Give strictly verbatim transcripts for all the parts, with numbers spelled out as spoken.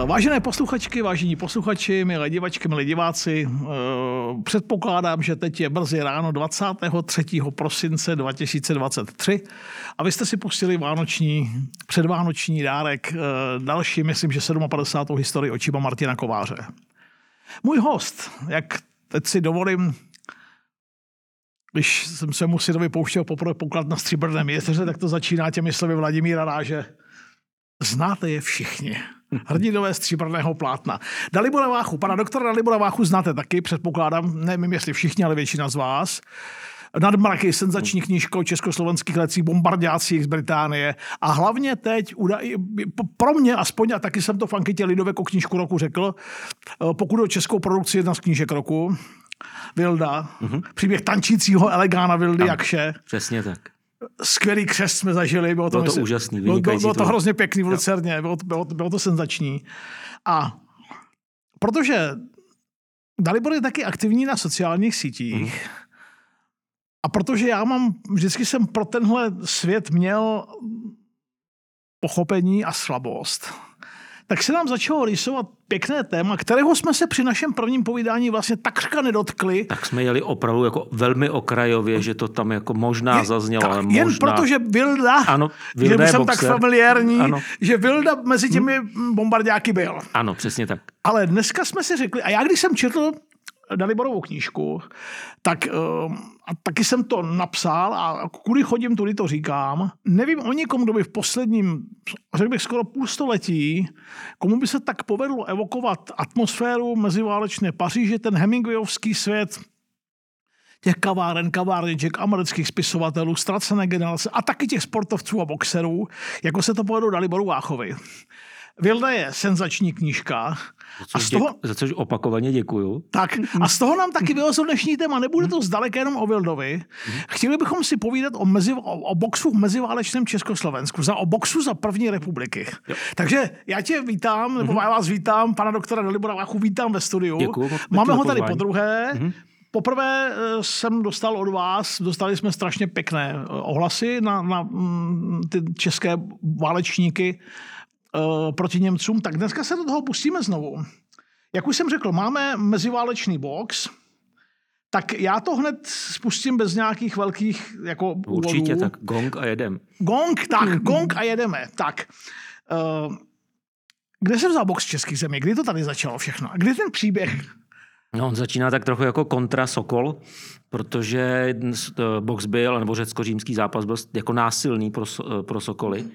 Vážené posluchačky, vážení posluchači, milé divačky, milí diváci, předpokládám, že teď je brzy ráno dvacátého třetího prosince dva tisíce dvacet tři a vy jste si pustili vánoční, předvánoční dárek, další, myslím, že padesátou sedmou historii očima Martina Kováře. Můj host, jak teď si dovolím, když jsem se mu synovi pouštěl poprvé poklad na Stříbrném jezeře, tak to začíná těmi slovy Vladimíra Ráže. Znáte je všichni. Hrdinové Stříbrného plátna. Dalibora Váchu, pana doktora Dalibora Váchu znáte taky, předpokládám, nevím, jestli všichni, ale většina z vás. Nadmraky, senzační knížka o československých letcích, bombardácích z Británie a hlavně teď, pro mě aspoň, a taky jsem to v anketě Lidovek o knížku roku řekl, pokud o českou produkci jedna z knížek roku, Vilda, mm-hmm. příběh tančícího Elegána Vildy Jakše. Přesně tak. Skvělý křest jsme zažili. Bylo to, bylo to myslím, úžasný, bylo, bylo, bylo to to hrozně pěkný v Lucerně, bylo, bylo, bylo to senzační. A protože Dalibor je taky aktivní na sociálních sítích mm. a protože já mám, vždycky jsem pro tenhle svět měl pochopení a slabost, tak se nám začalo rýsovat pěkné téma, kterého jsme se při našem prvním povídání vlastně takřka nedotkli. Tak jsme jeli opravdu jako velmi okrajově, že to tam jako možná je, zaznělo. Tak, ale jen možná... proto, že Vilda, ano, Vilda že je jsem boxer. tak familiární, ano. Že Vilda mezi těmi hmm. bombardáky byl. Ano, přesně tak. Ale dneska jsme si řekli, a já když jsem četl Daliborovou knížku, tak a taky jsem to napsal a kudy chodím, tudy to říkám. Nevím o nikom, kdo by v posledním, řekl bych skoro půl století, komu by se tak povedlo evokovat atmosféru meziválečné Paříže, ten hemingwayovský svět těch kaváren, kavárniček, amerických spisovatelů, ztracené generace a taky těch sportovců a boxerů, jako se to povedlo Daliboru Váchovi. Vilda je senzační knížka. Za což, toho, děk, za což opakovaně děkuju. Tak a z toho nám taky vylezlo dnešní téma. Nebude to zdaleka jenom o Vildovi. Chtěli bychom si povídat o, mezi, o, o boxu v meziválečném Československu. Za, o boxu za první republiky. Jo. Takže já tě vítám, nebo já vás vítám, pana doktora Dalibora Váchu vítám ve studiu. Děkuju. Máme ho tady podruhé. Mm-hmm. Poprvé jsem dostal od vás, dostali jsme strašně pěkné ohlasy na, na ty české válečníky proti Němcům, tak dneska se do toho pustíme znovu. Jak už jsem řekl, máme meziválečný box, tak já to hned spustím bez nějakých velkých jako úvodů. Určitě, tak gong a jedem. Gong, tak, gong a jedeme. Tak, uh, kde se vzal box v českých zemí? Kdy to tady začalo všechno? A kdy ten příběh? No, on začíná tak trochu jako kontra Sokol, protože box byl, nebo řecko-římský zápas byl jako násilný pro, pro Sokoly.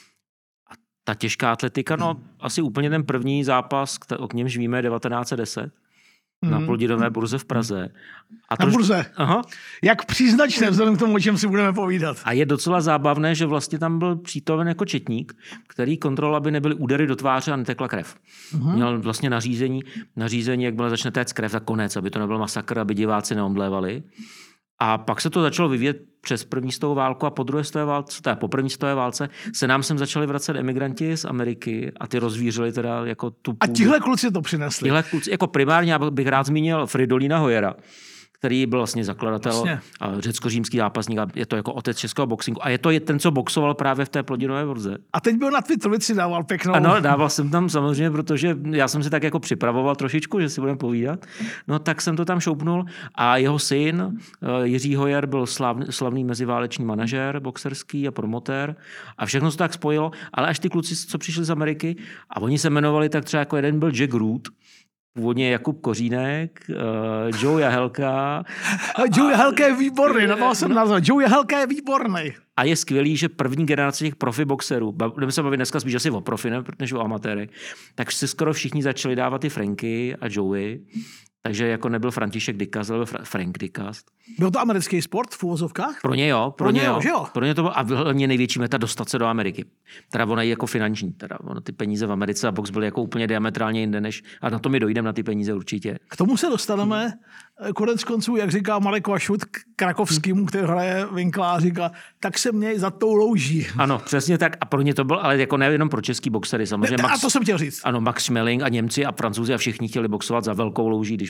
Ta těžká atletika, no asi úplně ten první zápas, o němž víme, devatenáct set deset mm. na Plodinové burze v Praze. A trošku... Na burze? Aha. Jak příznačné vzhledem k tomu, o čem si budeme povídat. A je docela zábavné, že vlastně tam byl přítomen jako četník, který kontroloval, aby nebyly údery do tváře a netekla krev. Mm. Měl vlastně nařízení, nařízení, jak byla začne téct krev, tak konec, aby to nebyl masakr, aby diváci neomdlévali. A pak se to začalo vyvíjet přes první světovou válku a po druhé světové válce, teda po první světové válce se nám sem začali vracet emigranti z Ameriky a ty rozvířili teda jako tu půdu. A tihle kluci to přinesli. Tihle kluci, jako primárně bych rád zmínil Fridolina Hojera, který byl vlastně zakladatel vlastně. A řecko-římský zápasník a je to jako otec českého boxingu. A je to ten, co boxoval právě v té Plodinové burze. A teď byl na Twitteru, si dával pěknou. Ano, dával jsem tam samozřejmě, protože já jsem si tak jako připravoval trošičku, že si budeme povídat. No tak jsem to tam šoupnul a jeho syn Jiří Hojer byl slavný, slavný meziválečný manažer, boxerský a promotér a všechno se tak spojilo, ale až ty kluci, co přišli z Ameriky a oni se jmenovali tak třeba jako jeden byl Jack Root, původně Jakub Kořínek, uh, Joe Jahelka. A Joe Jahelka je výborný, na to jsem nazval. Joe Jahelka je výborný. A je skvělý, že první generace těch profi boxerů, budeme se bavit dneska spíš asi o profi, ne, než o amatéry, tak si skoro všichni začali dávat ty Franky a Joey. Takže jako nebyl František Dykast, ale byl Frank Dykast. Byl to americký sport v uvozovkách? Pro ně jo, pro, pro ně jo. jo. Pro ně to bylo a hlavně největší meta dostat se do Ameriky. Teda ona je jako finanční, teda ono, ty peníze v Americe a box byly jako úplně diametrálně jinde než, a na to mi dojdeme na ty peníze určitě. K tomu se dostaneme, hmm. konec konců, jak říká Marek Vašut k Krakovskýmu, který hraje Vinkla, říká, tak se měj za tou louží. Ano, přesně tak a pro ně to byl, ale jako nejenom pro český boxery, samozřejmě. Ne, Max, a to jsem chtěl říct. Ano, Max Schmeling a Němci a Francouzi a všichni chtěli boxovat za velkou louží, když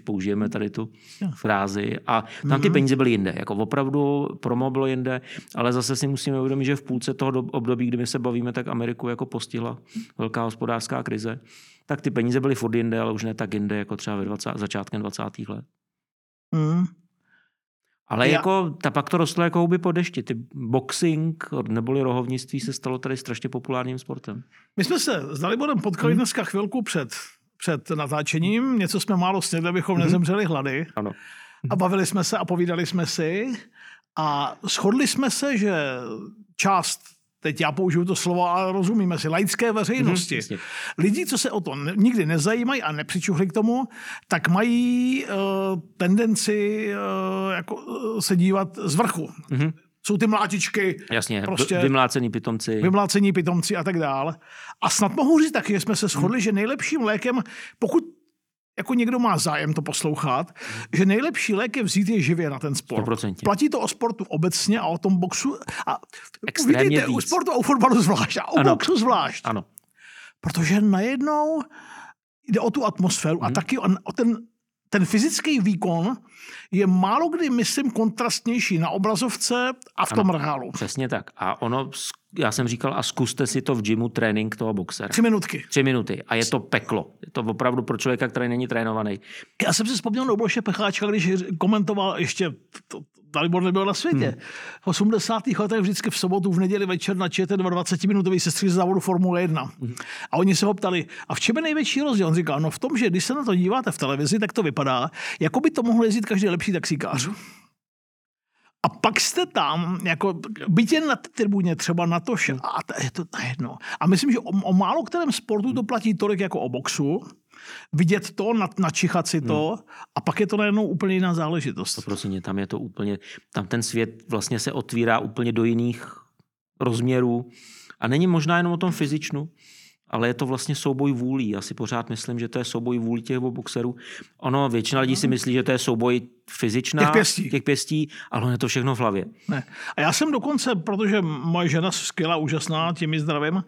použijeme tady tu frázi. A tam ty peníze byly jinde. Jako opravdu promo bylo jinde, ale zase si musíme uvědomit, že v půlce toho období, kdy my se bavíme, tak Ameriku jako postihla velká hospodářská krize. Tak ty peníze byly furt jinde, ale už ne tak jinde, jako třeba ve dvacátých začátkem dvacátých let. Mm. Ale Já... jako, ta pak to rostlo jako houby po dešti. Ty boxing neboli rohovnictví se stalo tady strašně populárním sportem. My jsme se s Daliborem potkali hmm. dneska chvilku před, před natáčením. Něco jsme málo snědli, abychom hmm. nezemřeli hlady. Ano. A bavili jsme se a povídali jsme si. A shodli jsme se, že část, teď já použiju to slovo, ale rozumíme si, laické veřejnosti, mm-hmm, lidi, co se o to nikdy nezajímají a nepřičuhli k tomu, tak mají uh, tendenci uh, jako, uh, se dívat z vrchu. Mm-hmm. Jsou ty mlátičky. Jasně, prostě vymlácený pitomci. Vymlácení pitomci a tak dále. A snad mohu říct taky, že jsme se shodli, mm. že nejlepším lékem, pokud jako někdo má zájem to poslouchat, že nejlepší lék je vzít je živě na ten sport. sto procent. Platí to o sportu obecně a o tom boxu. A extrémně vidíte, víc. U sportu a u fotbalu zvlášť a o ano. boxu zvlášť. Ano. Protože najednou jde o tu atmosféru hmm. a taky o, o ten, ten fyzický výkon je málo kdy, myslím, kontrastnější na obrazovce a v ano, tom reálu. Přesně tak. A ono, já jsem říkal, a zkuste si to v gymu trénink toho boxera. Tři minutky. Tři minuty. A je to peklo. Je to opravdu pro člověka, který není trénovaný. Já jsem si vzpomněl na Oboše Pecháčka, když komentoval ještě, to, Dalibor nebyl na světě. Hmm. V osmdesátých letech vždycky v sobotu, v neděli večer na ČT dvacetiminutový sestří z závodu Formule jedna. Hmm. A oni se ho ptali, a v čem je největší rozdíl? On říkal, no v tom, že když se na to díváte v televizi, tak to vypadá, jako by to mohl jezdit každý lepší taxikář. A pak jste tam, jako, byť jen na tribuně, třeba na to, a to je to jedno. A myslím, že o, o málo kterém sportu to platí tolik jako o boxu, vidět to, načichat si to hmm. a pak je to najednou úplně jiná záležitost. To prosím, tam je to úplně, tam ten svět vlastně se otvírá úplně do jiných rozměrů a není možná jenom o tom fyzičnu, ale je to vlastně souboj vůlí. Já si pořád myslím, že to je souboj vůlí těch boxerů. Ono, většina lidí si myslí, že to je souboj fyzičná, těch pěstí, těch pěstí, ale je to všechno v hlavě. Ne. A já jsem dokonce, protože moje žena skvělá, úžasná, těmi zdravím,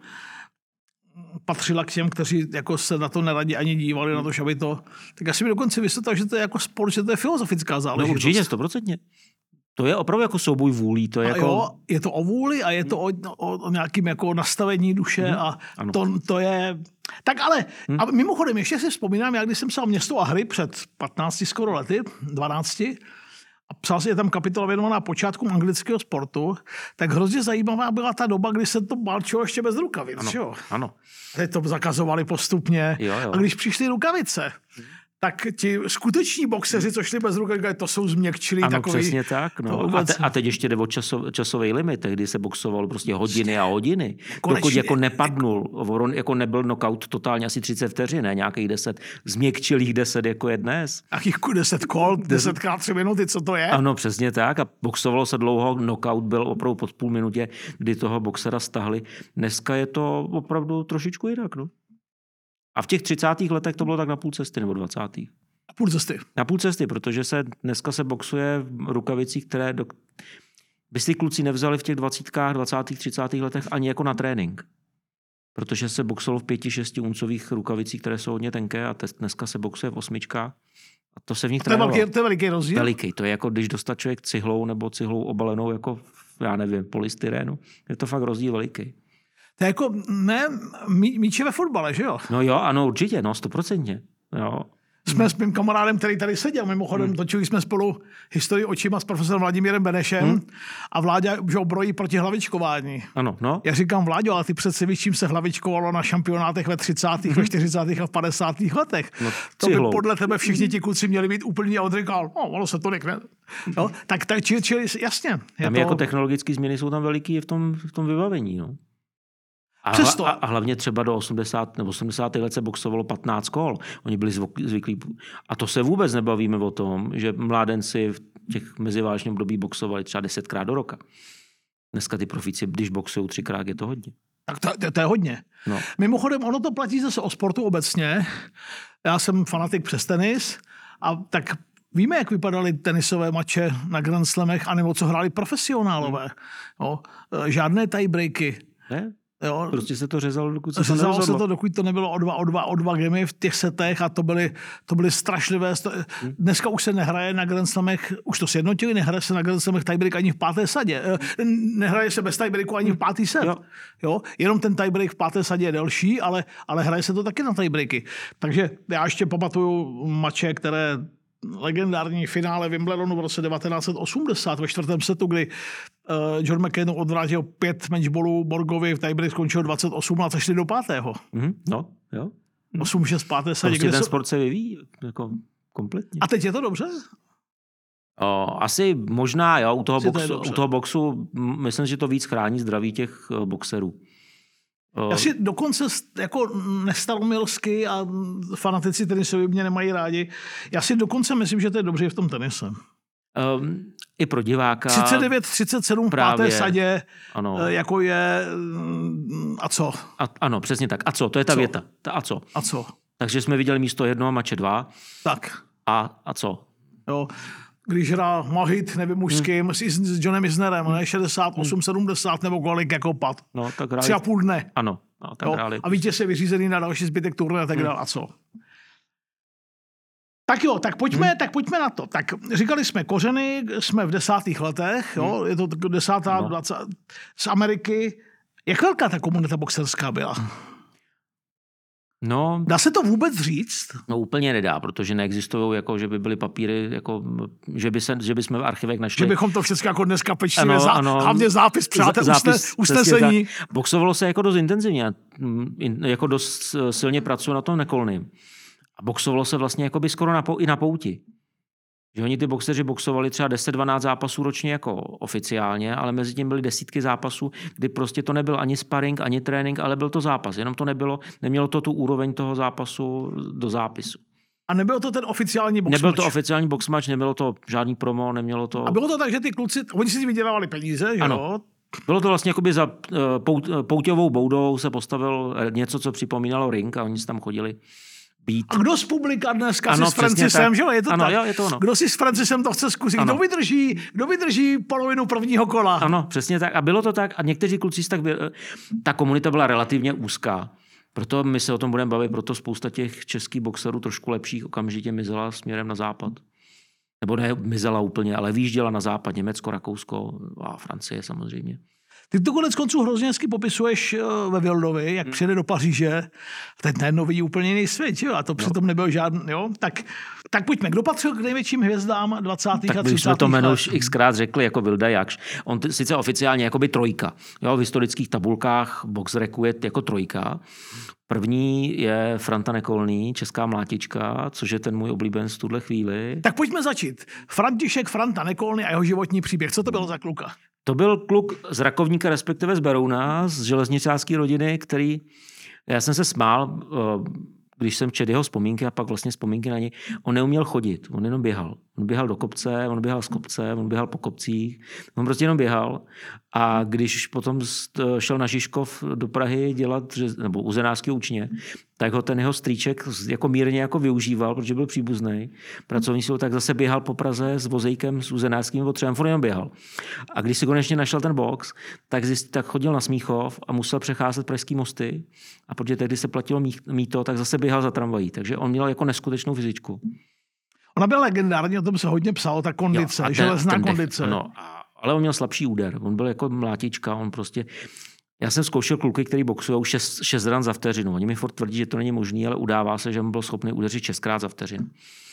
patřila k těm, kteří jako se na to neradi ani dívali, na to, že by to... Tak já si mi dokonce vysvětlil, že to je jako sport, že to je filozofická záležitost. No určitě, stoprocentně. To je opravdu jako souboj vůlí. To je, jako... jo, je to o vůli a je to o, o, o nějakým jako nastavení duše hmm. a to, to je... Tak ale, hmm. a mimochodem, ještě si vzpomínám, jak když jsem psal Město a hry před patnácti skoro lety, dvanácti, a psal si je tam kapitola věnovaná počátkům anglického sportu, tak hrozně zajímavá byla ta doba, kdy se to balčilo ještě bez rukavic. Ano, jo? ano. Teď to zakazovali postupně. Jo, jo. A když přišly rukavice, tak ti skuteční boxeři, co šli bez rukavic, to jsou změkčilí ano, takový. Přesně tak. No. A, te, a teď ještě jde o časov, časový limit, kdy se boxovalo prostě hodiny a hodiny. Konečně. Dokud jako nepadnul, jako nebyl knockout totálně asi třicet vteřin, ne nějakých deset, změkčilých deset, jako je dnes. Jakých deset kol, deset krát tři minuty, co to je? Ano, přesně tak. A boxovalo se dlouho, knockout byl opravdu pod půl minutě, kdy toho boxera stahli. Dneska je to opravdu trošičku jinak, no. A v těch třicátých letech to bylo tak na půl cesty, nebo dvacátých. Na půl cesty. Na půl cesty, protože se dneska se boxuje v rukavicích, které do... by si kluci nevzali v těch dvacítkách, dvacátých, třicátých letech ani jako na trénink. Protože se boxovalo v pěti, šesti uncových rukavicích, které jsou hodně tenké a dneska se boxuje v osmičkách. A to se v nich trénovalo. To je velký, to je veliký rozdíl. Veliký. To je jako, když dostat člověk cihlou nebo cihlou obalenou jako, já nevím, polystyrénu. Je to fakt rozdíl veliký. To je jako, ne, mí, míče ve fotbale, že jo? No jo, ano, určitě, no, stoprocentně. Jo. Jsme s mým kamarádem, který tady seděl, mimochodem, hmm. točili jsme spolu historii očima s profesorem Vladimírem Benešem hmm. a Vláďa už obrojí proti hlavičkování. Ano, no. Já říkám, Vláďo, ale ty přece víš, čím se hlavičkovalo na šampionátech ve třicátých, hmm. ve čtyřicátých a v padesátých letech. No, to by podle tebe všichni ti kluci měli být úplně a on říkal, no, ono se to nekne. No, tak, tak čili, čili, jasně. Tam to... jako technologické změny jsou tam veliký v tom, v tom vybavení, no. A, hla, a hlavně třeba do osmdesátých nebo osmdesátých let se boxovalo patnáct kol. Oni byli zvyklí. A to se vůbec nebavíme o tom, že mládenci v těch meziválečných období boxovali třeba desetkrát do roka. Dneska ty profíci, když boxují třikrát, je to hodně. Tak to, to, to je hodně. No. Mimochodem, ono to platí zase o sportu obecně. Já jsem fanatik přes tenis a tak víme, jak vypadaly tenisové mače na Grand Slamech, anebo co hráli profesionálové. Hmm. No, žádné tiebreaky. Ne? Jo. Prostě se to řezalo, dokud se to Řezalo se nerozhodlo. to, dokud to nebylo o dva, o dva, o dva gemy v těch setech a to byly, to byly strašlivé. Hmm. Dneska už se nehraje na Grand Slamech, už to sjednotili, nehraje se na Grand Slamech tiebreak ani v páté sadě. Nehraje se bez tiebreaku ani v pátý set. Jo. Jo? Jenom ten tiebreak v páté sadě je delší, ale, ale hraje se to taky na tiebreaky. Takže já ještě pamatuju mače, které legendární finále Wimbledonu v roce devatenáct set osmdesát ve čtvrtém setu, kdy uh, John McEnroe odvrátil pět matchballů Borgovi, v tiebreak skončil dvacet osm a šli do pátého. Mm-hmm. No, jo. osm šest páté sadě. Prostě ten se... sport se vyvíjí jako kompletně. A teď je to dobře? O, asi možná, jo, u toho, To boxu, u toho boxu, myslím, že to víc chrání zdraví těch uh, boxerů. O, Já si dokonce jako nestaromilsky a fanatici tenisoví mě nemají rádi. Já si dokonce myslím, že to je dobře v tom tenise. Um, I pro diváka. třicet devět třicet sedm v páté sadě, ano. jako je a co? A, ano, přesně tak. A co? To je ta co? věta. Ta a co? A co? Takže jsme viděli místo jednoho mače dva. Tak. A, a co? Jo. Když hrál Mahit, nevím už s kým, hmm. s Johnem Isnerem, ne? šedesát osm sedmdesát nebo kolik jako pad. No, tak hráli... Tři a půl dne. Ano. No, tak hráli... A vítěz je vyřízený na další zbytek turné a tak dále. Hmm. A co? Tak jo, tak pojďme, hmm. tak pojďme na to. Tak říkali jsme kořeny, jsme v desátých letech, jo, hmm. je to desátá, no. dvacátá z Ameriky. Jak velká ta komunita boxerská byla? No, dá se to vůbec říct? No úplně nedá, protože neexistují, jako, že by byly papíry, jako, že, by se, že by jsme v archivech našli. Že bychom to všechno jako dneska pečlivě, zá, hlavně zápis, přátel, zápis, usnesení. Boxovalo se jako dost intenzivně, jako dost silně pracuje na tom Nekolným. A boxovalo se vlastně jako by skoro na, i na pouti. Že oni ty boxeři boxovali třeba deset dvanáct zápasů ročně jako oficiálně, ale mezi tím byly desítky zápasů, kdy prostě to nebyl ani sparring, ani trénink, ale byl to zápas. Jenom to nebylo, nemělo to tu úroveň toho zápasu do zápisu. A nebyl to ten oficiální boxmatch? Nebyl to oficiální boxmatch, nebylo to žádný promo, nemělo to... A bylo to tak, že ty kluci, oni si vydělávali peníze, že ano. jo? Bylo to vlastně jakoby za pout, pouťovou boudou se postavil něco, co připomínalo ring a oni si tam chodili být. A kdo z publika dneska ano, si s Francisem, že jo? Je to ano, tak? Jo, je to ono. Kdo si s Francisem to chce zkusit? Ano. Kdo vydrží, kdo vydrží polovinu prvního kola? Ano, přesně tak. A bylo to tak. A někteří kluci tak by, ta komunita byla relativně úzká. Proto my se o tom budeme bavit, proto spousta těch českých boxerů trošku lepších okamžitě mizela směrem na západ. Nebo ne mizela úplně, ale výjížděla na západ. Německo, Rakousko a Francie samozřejmě. Ty to konec konců hrozně hezky popisuješ ve Wildovi, jak hmm. přijede do Paříže. Teď najednou vidí úplně jiný svět, jo? A to přitom no. nebyl žádný. Jo? Tak, tak pojďme, kdo patřil k největším hvězdám dvacátých tak a třicátých Tak jsme to jméno už xkrát řekli jako Wilda Jakš. On t- sice oficiálně jakoby trojka. Jo? V historických tabulkách BoxRecu je jako trojka. První je Franta Nekolný, česká mlátička, což je ten můj oblíbenec v tuhle chvíli. Tak pojďme začít. František Franta Nekolný a jeho životní příběh. Co to bylo za kluka? To byl kluk z Rakovníka, respektive z Berouna, z železničářské rodiny, který... Já jsem se smál, když jsem četl jeho vzpomínky a pak vlastně vzpomínky na něj. On neuměl chodit, on jenom běhal. On běhal do kopce, on běhal z kopce, on běhal po kopcích. On prostě jenom běhal. A když potom šel na Žižkov do Prahy dělat, nebo u zenářského učně, tak ho ten jeho strýček jako mírně jako využíval, protože byl příbuzný. Pracovní sílu, tak zase běhal po Praze s vozejkem, s uzenářským potřebem, on jenom běhal. A když si konečně našel ten box, tak, zjist, tak chodil na Smíchov a musel přecházet pražský mosty. A protože tehdy se platilo mýto, tak zase běhal za tramvají. Takže on měl jako neskutečnou fyzičku. Ona byla legendární, o tom se hodně psalo, ta kondice, jo, ten, železná ten kondice. Dech, no, ale on měl slabší úder. On byl jako mlátička, on prostě... Já jsem zkoušel kluky, který boxují šest ran za vteřinu. Oni mi furt tvrdí, že to není možné, ale udává se, že on byl schopný udeřit šestkrát za vteřinu.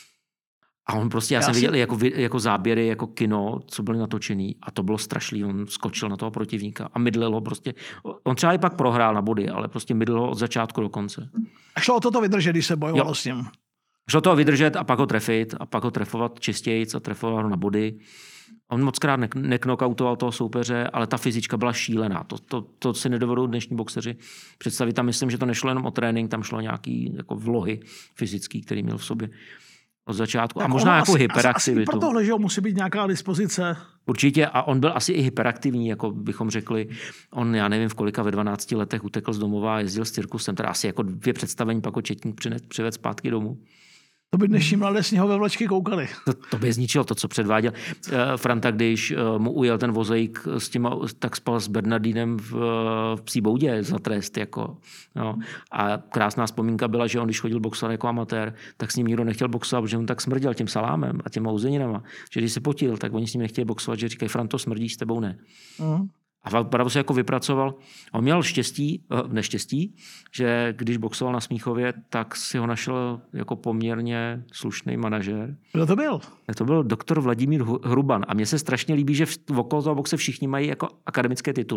A on prostě, já, já jsem si... viděl jako, jako záběry, jako kino, co byly natočený a to bylo strašný. On skočil na toho protivníka a mydlil ho prostě. On třeba i pak prohrál na body, ale prostě mydlil ho od začátku do konce. A šlo o toto vydržet, když se bojovalo jo. s ním? Šlo to vydržet a pak ho trefit a pak ho trefovat čistějc a trefovat ho na body. On moc krát neknokautoval toho soupeře, ale ta fyzička byla šílená. To, to, to si nedovedou dnešní boxeři představit. Tam myslím, že to nešlo jenom o trénink, tam šlo nějaký jako vlohy fyzický, který měl v sobě od začátku. Tak a možná jako hyperaktivitu. Asi pro tohle, že musí být nějaká dispozice. Určitě. A on byl asi i hyperaktivní, jako bychom řekli. On, já nevím, v kolika ve dvanácti letech utekl z domova a jezdil s cirkusem. Teda asi jako dvě představení, pak ho četník přived zpátky domů. To by dnešní mladé sněhové vlečky koukali. To, to by zničilo to, co předváděl. Franta, když mu ujel ten vozejk s těma, tak spal s Bernardinem v, v psí boudě za trest. Jako, no. A krásná vzpomínka byla, že on, když chodil boxovat jako amatér, tak s ním nikdo nechtěl boxovat, protože on tak smrděl tím salámem a těma uzeninama. Že když se potil, tak oni s ním nechtěli boxovat, že říkají, Franto, smrdíš, s tebou ne. Mm. A právě se jako vypracoval. On měl štěstí, neštěstí, že když boxoval na Smíchově, tak si ho našel jako poměrně slušný manažer. Kdo to byl? To byl doktor Vladimír Hruban. A mně se strašně líbí, že v okolo toho boxe všichni mají jako akademické tituly.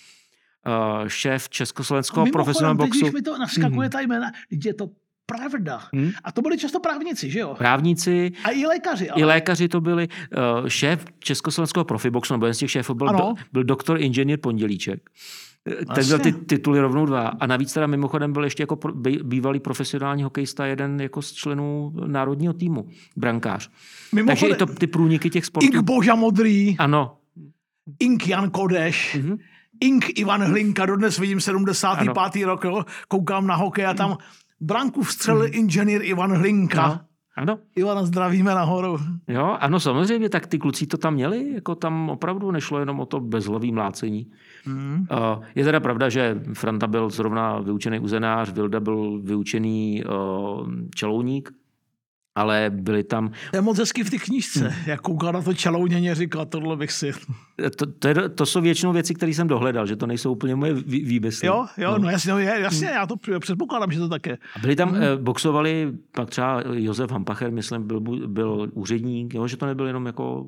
Uh, šéf československého profesionálního boxu. Mimochodem, teď, když mi to naskakuje mm-hmm. ta jména, je to pravda. Hmm? A to byli často právníci, že jo? Právníci. A i lékaři. Ale... I lékaři to byli. Uh, šéf československého profiboxu, nebo jeden z těch šéfů byl, do, byl doktor inženýr Pondělíček. Ten byl ty tituly rovnou dva. A navíc teda mimochodem byl ještě jako bývalý profesionální hokejista, jeden jako z členů národního týmu, brankář. Mimochodem, takže i to, ty průniky těch sportů. Ink Boža Modrý. Ano. Ink Jan Kodeš. Mm-hmm. Ink Ivan Hlinka, dodnes vidím sedmdesátý pátý rok, jo, koukám na hokej a tam branku vstřelil mm. inženýr Ivan Hlinka. No, ano. Ivana zdravíme nahoru. Jo, ano, samozřejmě, tak ty kluci to tam měli, jako tam opravdu nešlo jenom o to bezhlavý mlácení. Mm. Uh, je teda pravda, že Franta byl zrovna vyučený uzenář, Vilda byl vyučený uh, čelouník, ale byli tam... To je moc hezky v té knížce. Hmm. Jak koukal na to čelouněně, říkal, tohle bych si... To, to, je, to jsou většinou věci, které jsem dohledal, že to nejsou úplně moje výmysly. Jo, jo, no, no jasně, no, jasně, já to předpokládám, že to tak je. A byli tam, hmm. eh, boxovali, pak třeba Josef Hampacher, myslím, byl, byl úředník, jo, že to nebyl jenom jako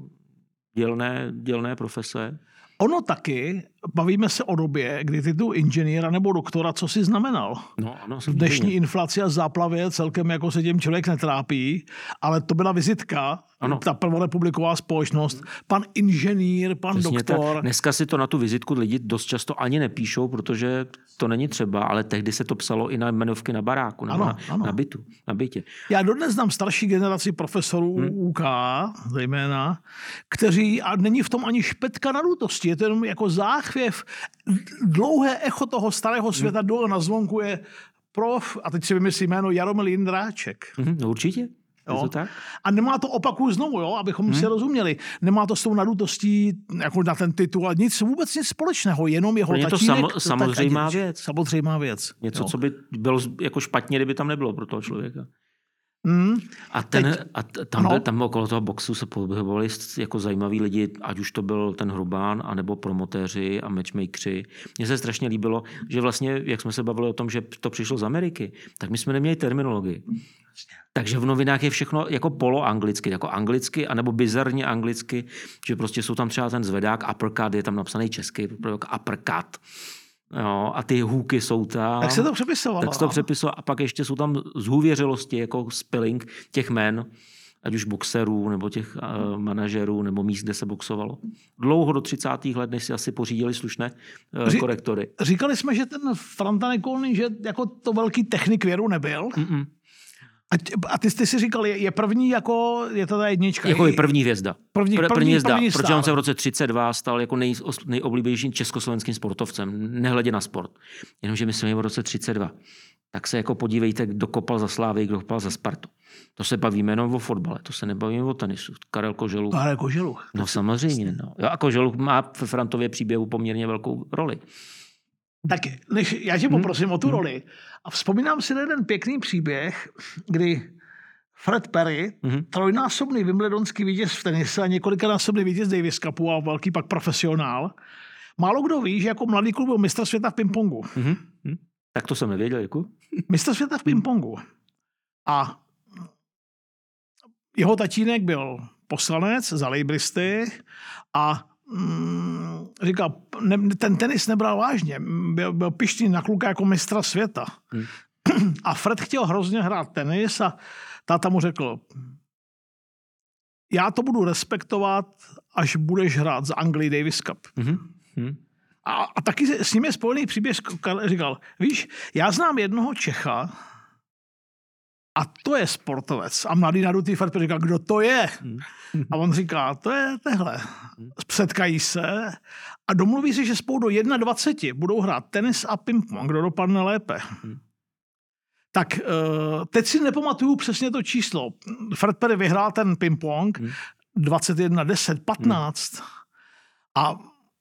dělné, dělné profese. Ono taky, bavíme se o době, kdy titul inženýra nebo doktora, co si znamenal. No, ano, v dnešní inflaci a záplavě celkem jako se tím člověk netrápí, ale to byla vizitka, ano. Ta prvorepubliková společnost, pan inženýr, pan přesně doktor. Tak. Dneska si to na tu vizitku lidi dost často ani nepíšou, protože to není třeba, ale tehdy se to psalo i na jmenovky na baráku, nebo ano, na, ano. na bytu, na bytě. Já dodnes znám starší generaci profesorů hmm. U K, zejména, kteří, a není v tom ani špetka nadutosti, je to jenom jako záchvěv, dlouhé echo toho starého světa hmm. dole na zvonku je prof, a teď si vymyslím jméno, Jaromil Jindráček. Hmm, no určitě. Jo. Tak? A nemá to, opakuju znovu, jo, abychom hmm. si rozuměli, nemá to s tou nadutostí jako na ten titul, nic, vůbec nic společného, jenom jeho tatínek. Je to samo, samozřejmá věc. Samozřejmá věc. Něco, jo. Co by bylo jako špatně, kdyby tam nebylo pro toho člověka. Hmm. A, ten, a tam, byl, tam okolo toho boxu se pohybovali jako zajímaví lidi, ať už to byl ten Hrubán, anebo promotéři a matchmakeri. Mně se strašně líbilo, že vlastně, jak jsme se bavili o tom, že to přišlo z Ameriky, tak my jsme neměli terminologii. Takže v novinách je všechno jako poloanglicky, jako anglicky, anebo bizarně anglicky, že prostě jsou tam třeba ten zvedák, uppercut, je tam napsaný česky, uppercut. Jo, a ty hůky jsou tam. Tak se to přepisovalo. Tak se to přepisovalo. A pak ještě jsou tam zhůvěřilosti, jako spelling těch jmen, ať už boxerů, nebo těch uh, manažerů, nebo míst, kde se boxovalo. Dlouho do třicátých let, než si asi pořídili slušné uh, Ří, korektory. Říkali jsme, že ten Franta Nekolný, že jako to velký technik věru nebyl. Mm-mm. A, a ty, ty jsi říkal, je, je první jako, je to ta jednička. Jako je první hvězda. První, první, první hvězda, první protože on se v roce třicet dva stal jako nej, nejoblíbenějším československým sportovcem, nehledě na sport. Jenomže my jsme v roce třicet dva. Tak se jako podívejte, kdo kopal za Slávy, kdo kopal za Spartu. To se bavíme jenom o fotbale, to se nebavíme o tenisu. Karel Koželuch. Karel Koželuch. No samozřejmě. No. Jo, a Koželuch má v Frantově příběhu poměrně velkou roli. Tak než já tě poprosím hmm. o tu roli. A vzpomínám si na jeden pěkný příběh, kdy Fred Perry, hmm. trojnásobný wimbledonský vítěz v tenise a několikanásobný vítěz Davis Cupu a velký pak profesionál, málo kdo ví, že jako mladý klub byl mistr světa v pingpongu. Hmm. Tak to jsem nevěděl, děkuji. Mistr světa v pingpongu. A jeho tatínek byl poslanec za lejbristy a mm, říkal, ne, ten tenis nebral vážně. Byl, byl pyšný na kluka jako mistra světa. Hmm. A Fred chtěl hrozně hrát tenis a táta mu řekl, já to budu respektovat, až budeš hrát za Anglii Davis Cup. Hmm. Hmm. A, a taky s ním je spojený příběh, říkal, víš, já znám jednoho Čecha, a to je sportovec. A mladý nadutý Fred říká, kdo to je? A on říká, to je tehle. Setkají se a domluví si, že spolu do dvacet jedna budou hrát tenis a ping-pong. Kdo dopadne lépe? Tak uh, teď si nepamatuju přesně to číslo. Fred Perry vyhrál ten ping-pong hmm. dvacet jedna deset patnáct hmm. a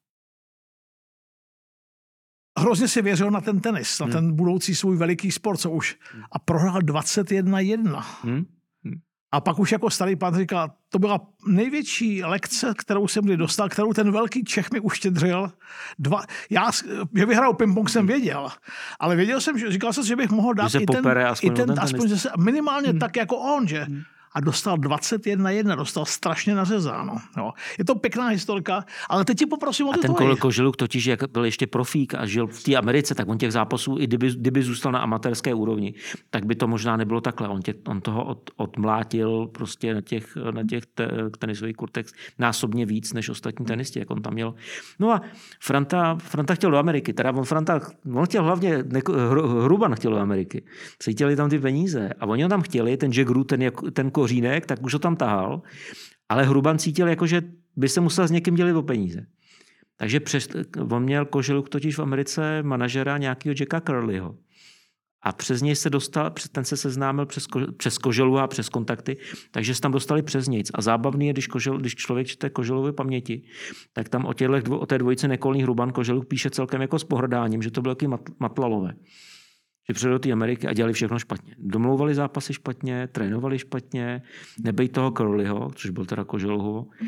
hrozně si věřil na ten tenis, na hmm. ten budoucí svůj veliký sport, co už. A prohrál dvacet jedna jedna. Hmm. A pak už jako starý pán říkal, to byla největší lekce, kterou jsem kdy dostal, kterou ten velký Čech mi uštědřil. Dva, já, že vyhrál ping-pong jsem věděl, ale věděl jsem, že říkal jsem, že bych mohl dát i ten, i ten, ten aspoň zase, minimálně hmm. tak jako on, že... Hmm. A dostal dvacet jedna jedna, dostal strašně nařezáno. Jo. Je to pěkná historka, ale teď ti poprosím o ty. A ten tvoji. Koželuk totiž, jak byl ještě profík a žil v té Americe, tak on těch zápasů, i kdyby, kdyby zůstal na amatérské úrovni, tak by to možná nebylo takhle. On, tě, on toho od, odmlátil prostě na těch, na těch te, tenisových kurtech násobně víc než ostatní tenisti, jak on tam měl. No a Franta, Franta chtěl do Ameriky, teda on Franta, on chtěl hlavně, Hruban chtěl do Ameriky. Cítili tam ty peníze a oni ho tam chtěli, ten Jack Root, ten, ten Kořínek, tak už ho tam tahal, ale Hruban cítil, jako, že by se musel s někým dělit o peníze. Takže přes, on měl Koželuk totiž v Americe manažera nějakého Jacka Curleyho. A přes něj se dostal, ten se seznámil přes, přes Koželu a přes kontakty, takže se tam dostali přes nic. A zábavný je, když, Kožel, když člověk čte Koželovy paměti, tak tam o, těchto, o té dvojici Nekolný Hruban Koželuk píše celkem jako s pohrdáním, že to bylo taky matlalové. Že přijeli do té Ameriky a dělali všechno špatně. Domlouvali zápasy špatně, trénovali špatně, nebej toho Curleyho, což byl teda Koželuho, uh,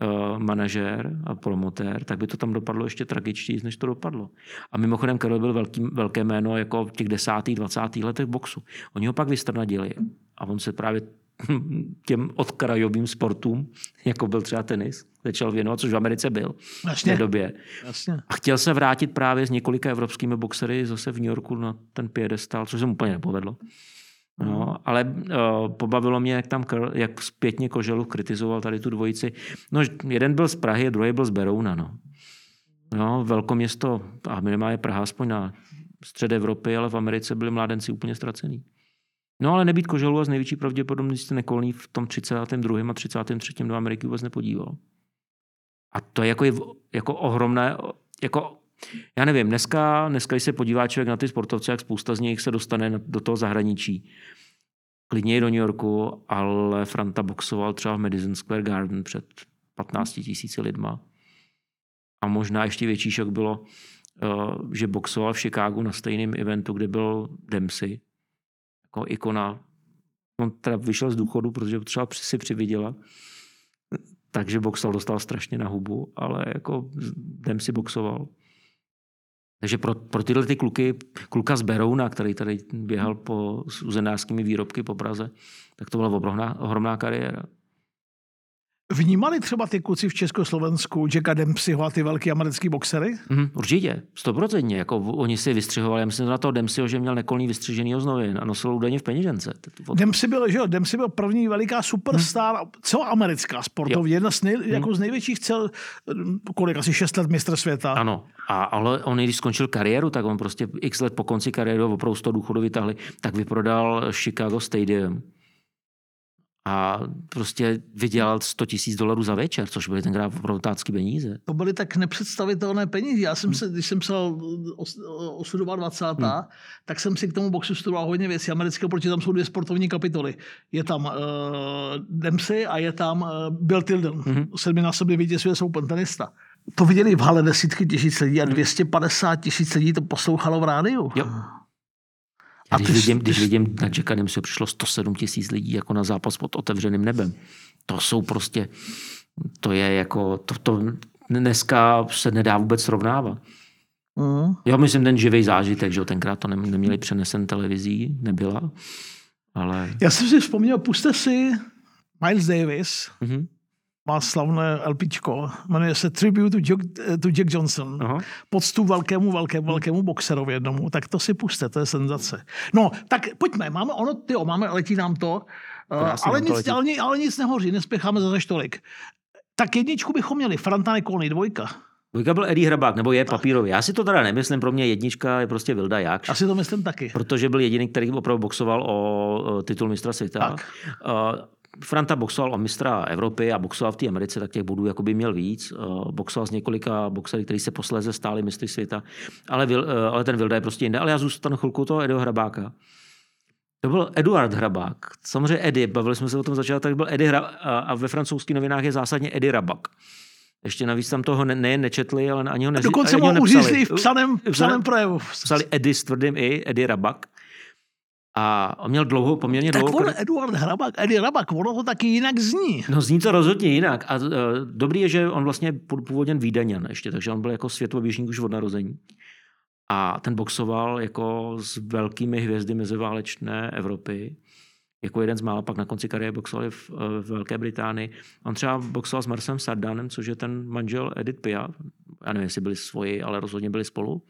manažér a promotér, tak by to tam dopadlo ještě tragičtěji, než to dopadlo. A mimochodem Curley byl velký, velké jméno jako v těch desátých, dvacátých letech boxu. Oni ho pak vystrnadili a on se právě těm odkrajovým sportům, jako byl třeba tenis, začal věnovat, což v Americe byl v té době. Jasně. A chtěl se vrátit právě s několika evropskými boxery zase v New Yorku na ten piedestal, což se mu úplně nepovedlo. No, ale uh, pobavilo mě, jak tam jak zpětně Koželuk kritizoval tady tu dvojici. No, jeden byl z Prahy, druhý byl z Berouna. No. No, velkoměsto, a minimálně Praha aspoň na střed Evropy, ale v Americe byli mládenci úplně ztracený. No ale nebýt Koželua z největší pravděpodobností Nekolný v tom třicátém druhém a třicátém třetím do Ameriky vůbec nepodíval. A to je jako, jako ohromné, jako, já nevím, dneska, dneska, když se podívá člověk na ty sportovce, jak spousta z nich se dostane do toho zahraničí. Klidně i do New Yorku, ale Franta boxoval třeba v Madison Square Garden před patnácti tisíci lidma. A možná ještě větší šok bylo, že boxoval v Chicagu na stejném eventu, kde byl Dempsey. Jako ikona. On teda vyšel z důchodu, protože potřeba si přivydělat. Takže boxoval, dostal strašně na hubu, ale jako Dempsey boxoval. Takže pro, pro tyhle ty kluky, kluka z Berouna, který tady běhal po, s uzenářskými výrobky po Praze, tak to byla ohromná, ohromná kariéra. Vnímali třeba ty kluci v Československu Jacka Dempseyho a ty velký americký boxery? Mm, určitě, stoprocentně. Jako oni si vystřihovali. Já myslím na toho Dempseyho, že měl Nekolný vystřiženýho z novin a nosil údajně v peněžence. Dempsey byl, že jo, Dempsey byl první veliká superstar, hmm. celoamerická sportovně, jedna z, nej, hmm. jako z největších cel, kolik, asi šest let mistr světa. Ano, a, ale on, když skončil kariéru, tak on prostě x let po konci kariéry opravdu z toho důchodu vytáhli, tak vyprodal Chicago Stadium. A prostě vydělal sto tisíc dolarů za večer, což byly tenkrát opravdu tácky peníze. To byly tak nepředstavitelné peníze. Já jsem se, když jsem psal osudu dvacátá Hmm. tak jsem si k tomu boxu studoval hodně věcí amerického, protože tam jsou dvě sportovní kapitoly. Je tam uh, Dempsey a je tam uh, Bill Tilden, hmm. sedminásobný vítěz U S Open tenista. To viděli v hale desítky tisíc lidí a dvě stě padesát tisíc lidí to poslouchalo v rádiu. Jo. A když, ty, vidím, když ty... vidím, na Jacka Dempseyho přišlo sto sedm tisíc lidí jako na zápas pod otevřeným nebem. To jsou prostě, to je jako, to, to dneska se nedá vůbec srovnávat. Mm. Já myslím ten živý zážitek, že tenkrát to neměli přenesen televizí, nebyla, ale... Já jsem si vzpomněl, puste si Miles Davis, mm-hmm. má slavné LPčko, jmenuje se Tribute to Jack, to Jack Johnson. Aha. Poctu velkému, velkému, velkému boxerovi jednomu. Tak to si puste, to je senzace. No, tak pojďme, máme ono, tyjo, máme, letí nám to, Krásný ale, nic, ale, ale nic nehoří, nespěcháme za tolik. Tak jedničku bychom měli, Franta Nekolný, dvojka. Dvojka byl Eddie Hrabák, nebo je papírový. Já si to teda nemyslím, pro mě jednička je prostě Vilda Jakš. Já si to myslím taky. Protože byl jediný, který opravdu boxoval o titul mistra světa. Tak. Uh, Franta boxoval o mistra Evropy a boxoval v té Americe, tak těch bodů jakoby měl víc. Uh, boxoval s několika boxery, kteří se posléze stáli mistry světa. Ale, uh, ale ten Vilda je prostě jinde. Ale já zůstanu chvilku toho Eddieho Hrabáka. To byl Eduard Hrabák. Samozřejmě Eddie, bavili jsme se o tom začátku, tak byl Eddie Hra... a ve francouzských novinách je zásadně Eddie Rabak. Ještě navíc tam toho ne, nejen nečetli, ale ani ho nezi... Dokonce mu uřízli v psaném, psaném projevu. Psali Eddie s tvrdým i, Eddie Rabak. A on měl dlouho, poměrně tak dlouho... Tak on, Eduard Hrabak, Eddie Rabak, ono to taky jinak zní. No zní to rozhodně jinak. A uh, dobrý je, že on vlastně původně Vídeňan ještě, takže on byl jako světoběžník už od narození. A ten boxoval jako s velkými hvězdy meziválečné Evropy. Jako jeden z mála, pak na konci kariéry boxovali v, v Velké Británii. On třeba boxoval s Marcem Sardanem, což je ten manžel Edith Piaf. Já nevím, jestli byli svoji, ale rozhodně byli spolu.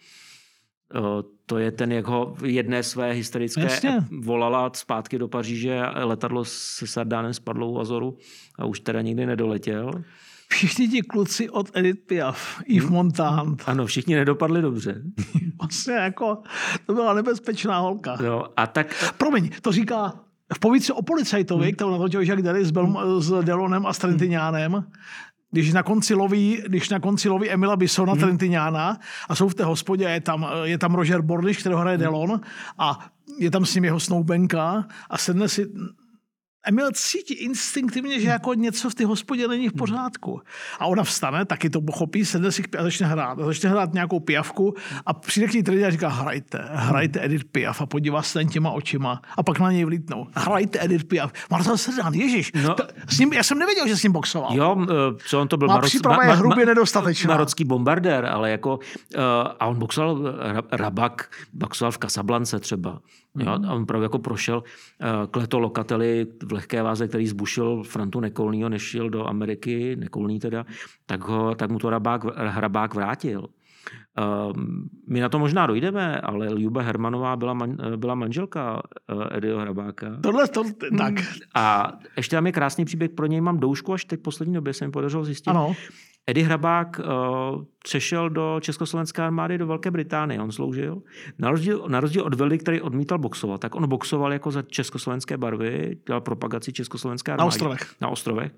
To je ten, jak ho v jedné své hysterické Jasně. volala zpátky do Paříže a letadlo se Sardanem spadlo u Azoru a už teda nikdy nedoletěl. Všichni ti kluci od Edith Piaf, Yves hmm. Montand. Ano, všichni nedopadli dobře. Vlastně jako, to byla nebezpečná holka. No, a tak... Promiň, to říká v povídce o policajtovi, hmm. kterou natočil Jacques Dery s, Bel- s Delonem a s Trentiniánem, když na konci loví, když na konci loví Emila Bissona, hmm. Trentiniána a jsou v té hospodě, je tam, je tam Roger Bordiš, kterého hraje hmm. Delon a je tam s ním jeho snoubenka a sedne si... Emil cítí instinktivně, že jako něco v té hospodě není v pořádku. A ona vstane, taky to pochopí, sedne si a začne hrát. A začne hrát nějakou Piafku a přijde k ní trenér a říká, hrajte, hrajte Edith Piaf a podívá se těma očima a pak na něj vlítnou. Hrajte Edith Piaf. Marcel Cerdan, ježiš, no, to, s ním, já jsem nevěděl, že s ním boxoval. Jo, co on to byl? Má příprava je hrubě nedostatečná. Marocký bombardér, ale jako, uh, a on boxoval, Rabak boxoval v Casablance třeba. Jo, a on právě jako prošel uh, Kleto Lokateli v lehké váze, který zbušil Frantu Nekolnýho, než šel do Ameriky, Nekolný teda, tak, ho, tak mu to Hrabák, Hrabák vrátil. Uh, my na to možná dojdeme, ale Ljuba Hermanová byla, man, byla manželka uh, Eddieho Hrabáka. Tohle to, tak. A ještě tam je krásný příběh, pro něj mám doušku, až teď poslední době se mi podařilo zjistit. Ano. Eddie Hrabák uh, přešel do československé armády do Velké Británie, on sloužil. Na rozdíl, na rozdíl od Vildy, který odmítal boxovat, tak on boxoval jako za československé barvy, dělal propagaci československé armády. Na ostrovech. Na ostrovech.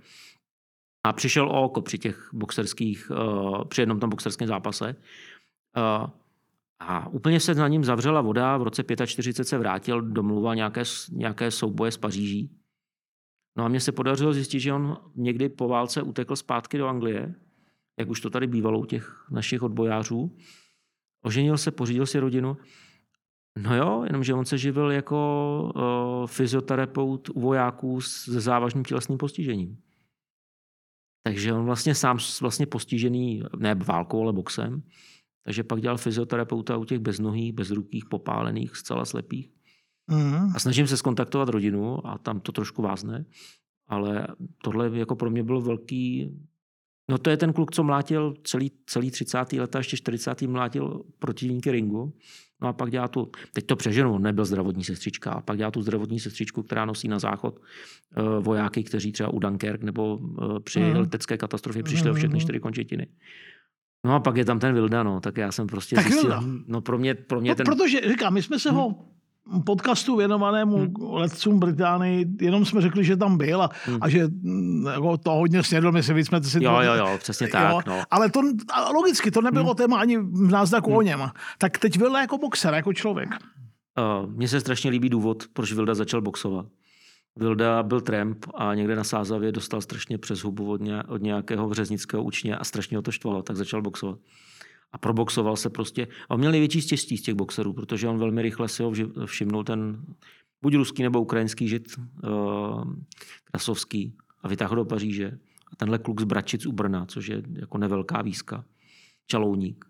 A přišel o oko při těch boxerských, uh, při jednom tom boxerském zápase. Uh, a úplně se na ním zavřela voda, v roce čtyřicet pět se vrátil, domluval nějaké, nějaké souboje z Paříží. No a mně se podařilo zjistit, že on někdy po válce utekl zpátky do Anglie, jak už to tady bývalo u těch našich odbojářů. Oženil se, pořídil si rodinu. No jo, jenomže on se živil jako uh, fyzioterapeut u vojáků se závažným tělesným postižením. Takže on vlastně sám vlastně postižený, ne válkou, ale boxem. Takže pak dělal fyzioterapeuta u těch beznohých, bezrukých, popálených, zcela slepých. Mm. A snažím se skontaktovat rodinu a tam to trošku vázne. Ale tohle jako pro mě bylo velký... No to je ten kluk, co mlátil celý, celý třicátá leta, ještě čtyřicátá mlátil protivníky ringu. No a pak dělá tu, teď to přeženu, on nebyl zdravotní sestřička, a pak dělá tu zdravotní sestřičku, která nosí na záchod uh, vojáky, kteří třeba u Dunkerque nebo uh, při mm. letecké katastrofě přišli o všechny čtyři končetiny. No a pak je tam ten Vilda, no, tak já jsem prostě tak zjistil, Vilda. no pro mě, pro mě no, ten... Protože, říkám, my jsme se hmm. ho podcastu věnovanému hmm. letcům Británii, jenom jsme řekli, že tam byl a, hmm. a že jako, to hodně snědl, my si víc jsme si... Jo, jo, jo, přesně tak, jo, no. Ale to, logicky, to nebylo hmm. téma ani v náznaku hmm. o něm. Tak teď Vilda jako boxer, jako člověk. Uh, mně se strašně líbí důvod, proč Vilda začal boxovat. Vilda byl tramp a někde na Sázavě dostal strašně přes hubu od, ně, od nějakého vřeznického učně a strašně ho to štvalo, tak začal boxovat. A proboxoval se prostě. A on měl největší štěstí z těch boxerů, protože on velmi rychle si ho všimnul ten buď ruský nebo ukrajinský žid uh, Krasovský a vytáhl do Paříže. A tenhle kluk z Bračic u Brna, což je jako nevelká výska, Čalouník.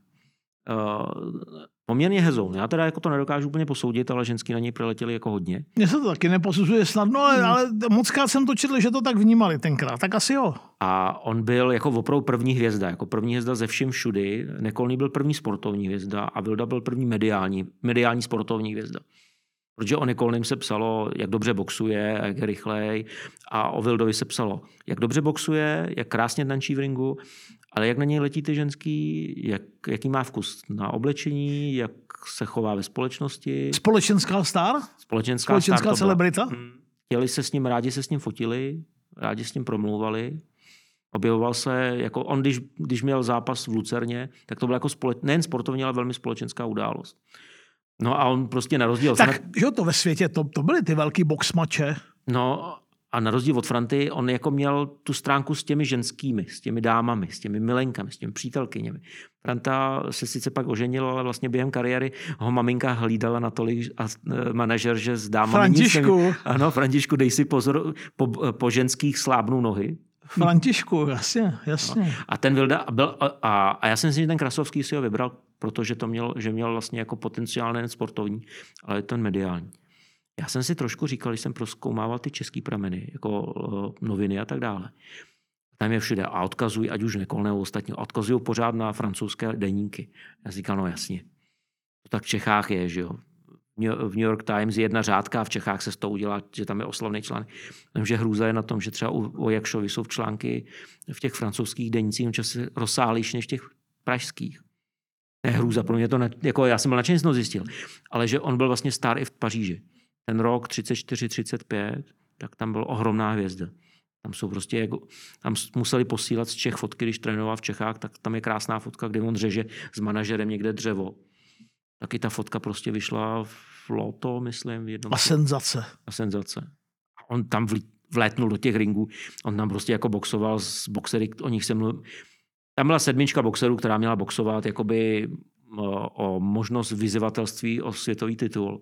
Uh, poměrně hezoun. Já teda jako to nedokážu úplně posoudit, ale ženský na něj přiletěli jako hodně. Mně se to taky neposuzuje snadno, ale, hmm. ale mockrát jsem to četl, že to tak vnímali tenkrát. Tak asi jo. A on byl jako opravdu první hvězda, jako první hvězda ze vším všudy. Nekolný byl první sportovní hvězda a Vilda byl první mediální, mediální sportovní hvězda. Protože o Nekolném se psalo, jak dobře boxuje, jak je rychlej. A o Vildovi se psalo, jak dobře boxuje, jak krásně tančí v ringu, ale jak na něj letí ty ženský, jak, jaký má vkus na oblečení, jak se chová ve společnosti. Společenská star? Společenská, Společenská star celebrita? Chtěli se s ním, rádi se s ním fotili, rádi s ním promlouvali. Objevoval se, jako on, když, když měl zápas v Lucerně, tak to byla jako společ, nejen sportovní, ale velmi společenská událost. No a on prostě na rozdíl od Tak, Fran... že to ve světě, to, to byly ty velký boxmače. No a na rozdíl od Franty, on jako měl tu stránku s těmi ženskými, s těmi dámami, s těmi milenkami, s těmi přítelkyněmi. Franta se sice pak oženil, ale vlastně během kariéry ho maminka hlídala natolik a manažer, že s dámami Františku. Nic ano, Františku, dej si pozor, po, po ženských slábnou nohy. Františku, jasně, jasně. No. A ten Vilda byl, a, a já si myslím, že ten Krasovský si ho vybral, protože to měl, že měl vlastně jako potenciál nejen sportovní, ale ten mediální. Já jsem si trošku říkal, když jsem prozkoumával ty český prameny, jako uh, noviny a tak dále. Tam je všude a odkazují, ať už Nekol nebo ostatní, odkazují pořád na francouzské deníky. Já si říkal, no jasně. To tak v Čechách je, že jo. V New York Times je jedna řádka a v Čechách se z toho udělá, že tam je oslavný článek. Takže hrůza je na tom, že třeba u, o Jakšovi jsou články v těch francouzských denících časy rozsáhlejší než v těch pražských. Ne hrůza, pro mě to, ne, jako já jsem byl nadšený, jsem zjistil, ale že on byl vlastně star i v Paříži. Ten rok třicet čtyři třicet pět, tak tam byl ohromná hvězda. Tam jsou prostě, jako, tam museli posílat z Čech fotky, když trénoval v Čechách, tak tam je krásná fotka, kde on řeže s manažerem někde dřevo. Taky ta fotka prostě vyšla v Loto, myslím. V jednom a senzace. A senzace. A on tam vlétnul do těch ringů. On tam prostě jako boxoval s boxery, o nich jsem mluvil. Tam byla sedmička boxerů, která měla boxovat jakoby o, o možnost vyzývatelství o světový titul.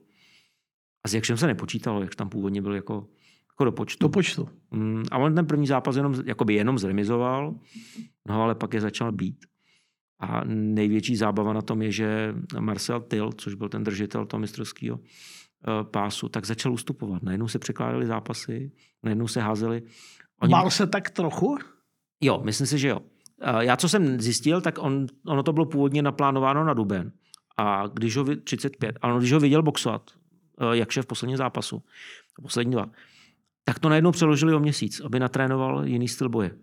A s Jakšem se nepočítalo, jak tam původně byl jako, jako do počtu. Do počtu. Mm, a on ten první zápas jenom, jakoby jenom zremizoval, no ale pak je začal být. A největší zábava na tom je, že Marcel Till, což byl ten držitel toho mistrovského pásu, tak začal ustupovat. Najednou se překládaly zápasy, najednou se házeli. Oni... Bál se tak trochu? Jo, myslím si, že jo. Já, co jsem zjistil, tak on, ono to bylo původně naplánováno na duben. A když ho, třicet pět, ale když ho viděl boxovat, Jakše v posledním zápasu, poslední dva, tak to najednou přeložili o měsíc, aby natrénoval jiný styl boje.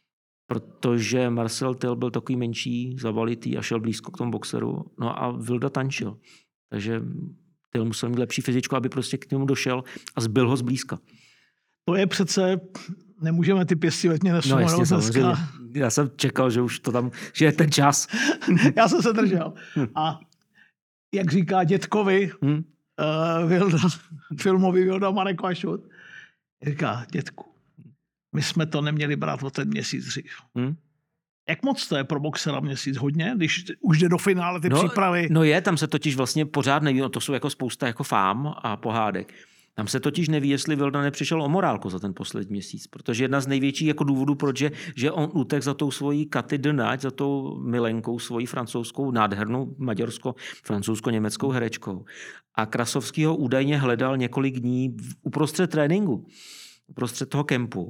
Protože Marcel Till byl takový menší, zavalitý a šel blízko k tomu boxeru. No a Vilda tančil. Takže Till musel mít lepší fyzičku, aby prostě k němu došel a zbyl ho zblízka. To je přece, nemůžeme ty pěsti letně nesunout. No jasně, já jsem čekal, že už to tam, že je ten čas. Já jsem se držel. A jak říká dětkovi, hmm. uh, Vilda, filmový Vilda Marek Vašut, říká, dětku, my jsme to neměli brát o ten měsíc dřív. Hmm. Jak moc to je pro boxera měsíc? Hodně? Když už jde do finále ty no, přípravy? No je, tam se totiž vlastně pořád neví, no to jsou jako spousta jako fám a pohádek. Tam se totiž neví, jestli Vilda nepřišel o morálku za ten poslední měsíc, protože jedna z největších jako důvodů, proč je, že on utek za tou svojí Katy Denať, za tou milenkou, svojí francouzskou, nádhernou maďarsko-francouzsko-německou herečkou. A Krasovský ho údajně hledal několik dní uprostřed tréninku, uprostřed toho kempu.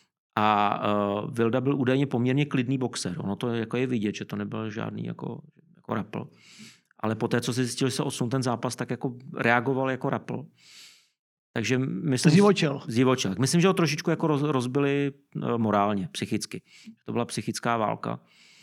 A uh, Vilda byl údajně poměrně klidný boxer. Ono to jako je vidět, že to nebyl žádný jako, jako rapl. Ale poté, co se zjistil, že se odsunul ten zápas, tak jako reagoval jako rapl. Takže myslím, Zdivočel. Zdivočel. Myslím, že ho trošičku jako roz, rozbili morálně, psychicky. To byla psychická válka.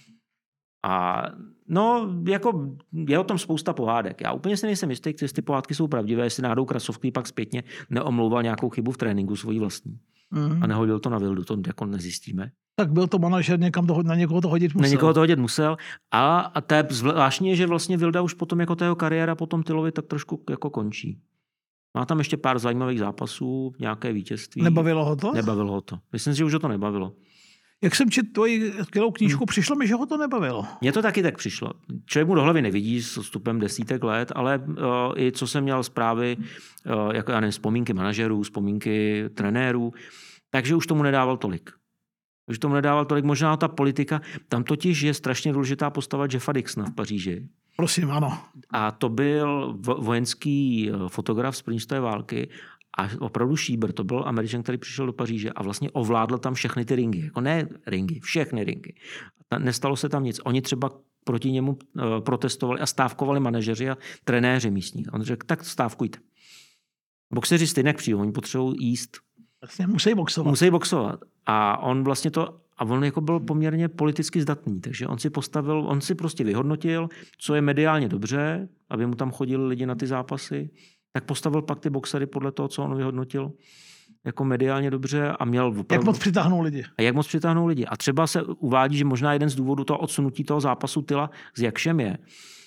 A no, jako je o tom spousta pohádek. Já úplně si nejsem jistý, jestli ty pohádky jsou pravdivé, jestli náhodou Krasovský pak zpětně neomlouval nějakou chybu v tréninku svojí vlastní. Mm. A nehodil to na Vildu, to jako nezjistíme. Tak byl to manažer, někam to, na někoho to hodit musel. Na někoho to hodit musel. A, a to je zvláštní, že vlastně Vilda už potom jako tého kariéra potom Tylovi tak trošku jako končí. Má tam ještě pár zajímavých zápasů, nějaké vítězství. Nebavilo ho to? Nebavilo ho to. Myslím si, že už ho to nebavilo. Jak jsem četl tvoji skvělou knížku, hmm. přišlo mi, že ho to nebavilo. Mně to taky tak přišlo. Člověk mu do hlavy nevidí s odstupem desítek let, ale uh, i co jsem měl zprávy, uh, jako já nevím, vzpomínky manažerů, vzpomínky trenérů, takže už tomu nedával tolik. Už tomu nedával tolik. Možná ta politika, tam totiž je strašně důležitá postava Jeffa Dixona v Paříži. Prosím, ano. A to byl vojenský fotograf z první světové války a opravdu šíbr, to byl Američan, který přišel do Paříže a vlastně ovládl tam všechny ty ringy. Jako ne ringy, všechny ringy. Nestalo se tam nic. Oni třeba proti němu protestovali a stávkovali manažeři a trenéři místní. On řekl, tak stávkujte. Boxeři stejně přijdou, oni potřebují jíst. Vlastně musí boxovat. Musí boxovat. A on vlastně to, a on jako byl poměrně politicky zdatný, takže on si postavil, on si prostě vyhodnotil, co je mediálně dobře, aby mu tam chodili lidi na ty zápasy, tak postavil pak ty boxery podle toho, co on vyhodnotil jako mediálně dobře a měl opravdu... Jak moc přitáhnou lidi. A jak moc přitáhnou lidi. A třeba se uvádí, že možná jeden z důvodů toho odsunutí toho zápasu Tyla s Jakšem je,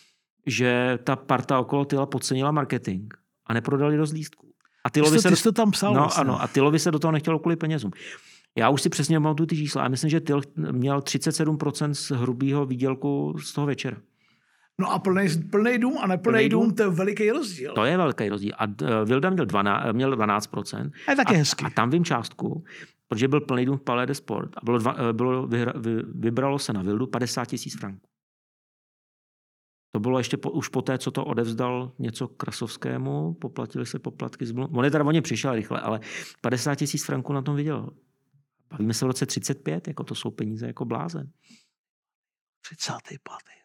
že ta parta okolo Tyla podcenila marketing a neprodali dost lístků. A Tylovi Ty se jsi do... to tam psal no, vlastně. ano, a Tylovi se do toho nechtělo kvůli penězům. Já už si přesně pamatuju ty čísla a myslím, že Tyl měl třicet sedm procent z hrubého výdělku z toho večera. No a plný, plný dům a neplný dům, to je veliký rozdíl. To je velký rozdíl. A Vilda měl dvanáct, měl dvanáct procent. A je taky a, hezký. A tam vím částku, protože byl plný dům v Palais de Sport a bylo, dva, bylo vyhra, vy, vybralo se na Vildu padesát tisíc franků. To bylo ještě po, už po té, co to odevzdal něco Krasovskému, poplatili se poplatky z Blum. On je teda o ně přišel rychle, ale padesát tisíc franků na tom vydělal. Bavíme se v roce třicet pět, jako to jsou peníze jako blázen. třicátý pátý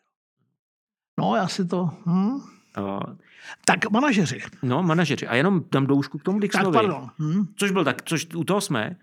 No, já si to... Hm? Uh, tak manažeři. No, manažeři. A jenom dám doušku k tomu Dixonovi. Tak, pardon. Hm? Což byl tak, což u toho jsme.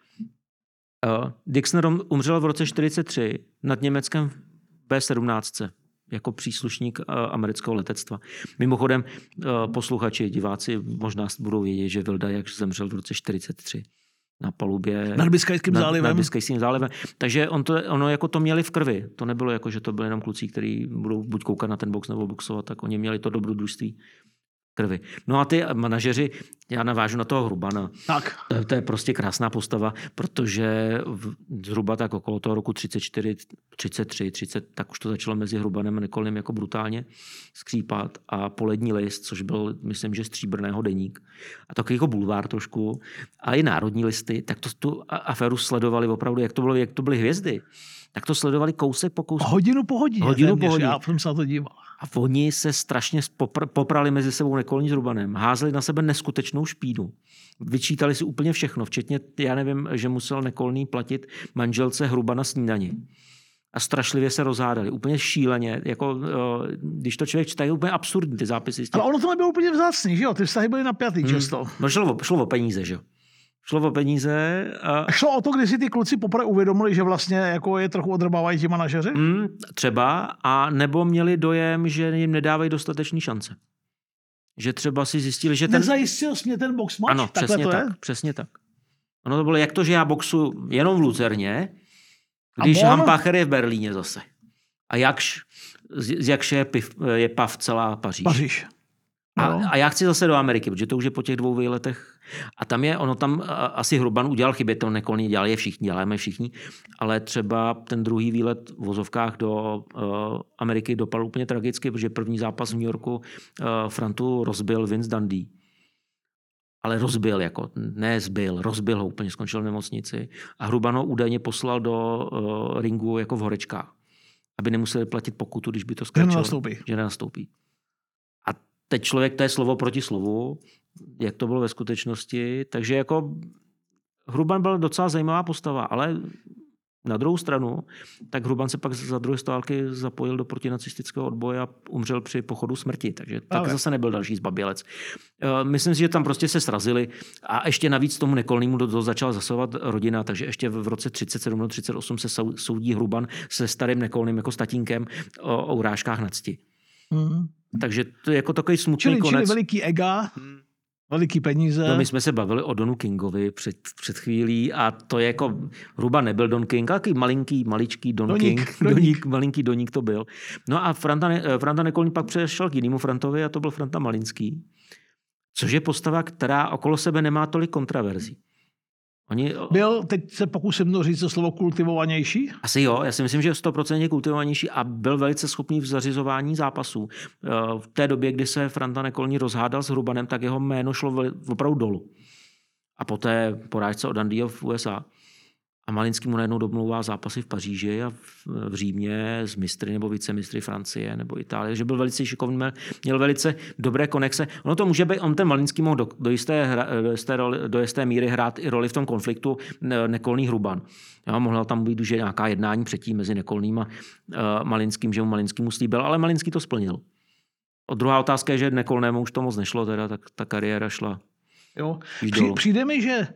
Uh, Dixon umřel v roce čtyřicet tři nad Německem bé sedmnáct jako příslušník uh, amerického letectva. Mimochodem, uh, posluchači, diváci možná budou vědět, že Vilda jak zemřel v roce čtyřicet tři na palubě. Nad Biskajským zálivem. Nad Biskajským zálivem. Takže on to, ono jako to měli v krvi. To nebylo jako, že to byli jenom kluci, kteří budou buď koukat na ten box nebo boxovat, tak oni měli to dobrodružství krvi. No a ty manažeři, já navážu na toho Hrubana. Tak. To, to je prostě krásná postava, protože v, zhruba tak okolo toho roku třicet čtyři, třicet tři, třicet, tak už to začalo mezi Hrubanem a Nekolným jako brutálně skřípat a Polední list, což byl, myslím, že stříbrného deník a takový jako bulvár trošku a i Národní listy, tak to tu aféru sledovali opravdu, jak to bylo, jak to byly hvězdy. Tak to sledovali kousek po kousku. Hodinu po hodině. Hodinu téměř, po hodině. Já jsem se na to díval. A oni se strašně popr- poprali mezi sebou Nekolní s Hrubanem. Házeli na sebe neskutečnou špínu. Vyčítali si úplně všechno, včetně, já nevím, že musel Nekolný platit manželce Hrubana snídani. A strašlivě se rozhádali. Úplně šíleně. Jako, když to člověk čte, je úplně absurdní ty zápisy. Ale ono to nebylo úplně vzácný, že jo? Ty vztahy byly napjatý hmm. často. No šlo o, šlo o peníze, že jo? Šlo o peníze. A... a šlo o to, když si ty kluci poprvé uvědomili, že vlastně jako je trochu odrbávají ti manažeři? Mm, třeba. A nebo měli dojem, že jim nedávají dostatečný šance. Že třeba si zjistili, že ten... Nezajistil jsi mě ten boxmatch? Ano, přesně to tak, je? přesně tak. Ono to bylo, jak to, že já boxu jenom v Lucerně, když on... Hampacher je v Berlíně zase. A jakž, z jakž je, piv, je pav celá Paříž. Paříž. No. A, a já chci zase do Ameriky, protože to už je po těch dvou výletech. A tam je, ono tam asi Hruban udělal chyby, to Nekolný dělali je všichni, děláme všichni, ale třeba ten druhý výlet v vozovkách do uh, Ameriky dopadl úplně tragicky, protože první zápas v New Yorku uh, Frantu rozbil Vince Dundee. Ale rozbil, jako ne zbil, rozbil ho, úplně skončil v nemocnici. A Hruban ho údajně poslal do uh, ringu jako v horečkách, aby nemuseli platit pokutu, když by to skončilo. Že nenastoupí. Že nenastoupí. A teď člověk, to je slovo proti slovu, jak to bylo ve skutečnosti. Takže jako Hruban byl docela zajímavá postava, ale na druhou stranu, tak Hruban se pak za druhé stálky zapojil do protinacistického odboje a umřel při pochodu smrti, takže tak ale. Zase nebyl další zbabělec. Myslím si, že tam prostě se srazili a ještě navíc tomu Nekolnému do toho začala zasahovat rodina, takže ještě v roce třicet sedm nebo třicet osm se soudí Hruban se starým Nekolným jako s tatínkem o, o urážkách na cti. Hmm. Takže to je jako takový smutný čili, konec. Čili veliký ega, hmm. veliký peníze. No, my jsme se bavili o Donu Kingovi před, před chvílí a to je jako, Hruban nebyl Don King, ale takový malinký, maličký Don Doník, King. Doník. Doník, malinký Doník to byl. No a Franta, Franta Nekolný pak přešel k jinému Frantovi a to byl Franta Malinský, což je postava, která okolo sebe nemá tolik kontraverzí. Oni... Byl, teď se pokusím to říct to slovo kultivovanější? Asi jo, já si myslím, že je sto procent kultivovanější a byl velice schopný v zařizování zápasů. V té době, kdy se Franta Nekolný rozhádal s Hrubanem, tak jeho jméno šlo opravdu dolů. A poté porážce od Dundee v U S A. A Malinský mu najednou domlouvá zápasy v Paříži a v Římě s mistry nebo vicemistry Francie nebo Itálie. Takže byl velice šikovný, měl velice dobré konexe. Ono to může být, on ten Malinský mohl do, do, jisté, do, jisté, roli, do jisté míry hrát i roli v tom konfliktu Nekolný Hruban. Já, mohla tam být už nějaká jednání předtím mezi Nekolným a uh, Malinským, že mu Malinskýmu slíbil, ale Malinský to splnil. A druhá otázka je, že Nekolnému už to moc nešlo, teda, tak ta kariéra šla. Jo. Při, přijde mi, že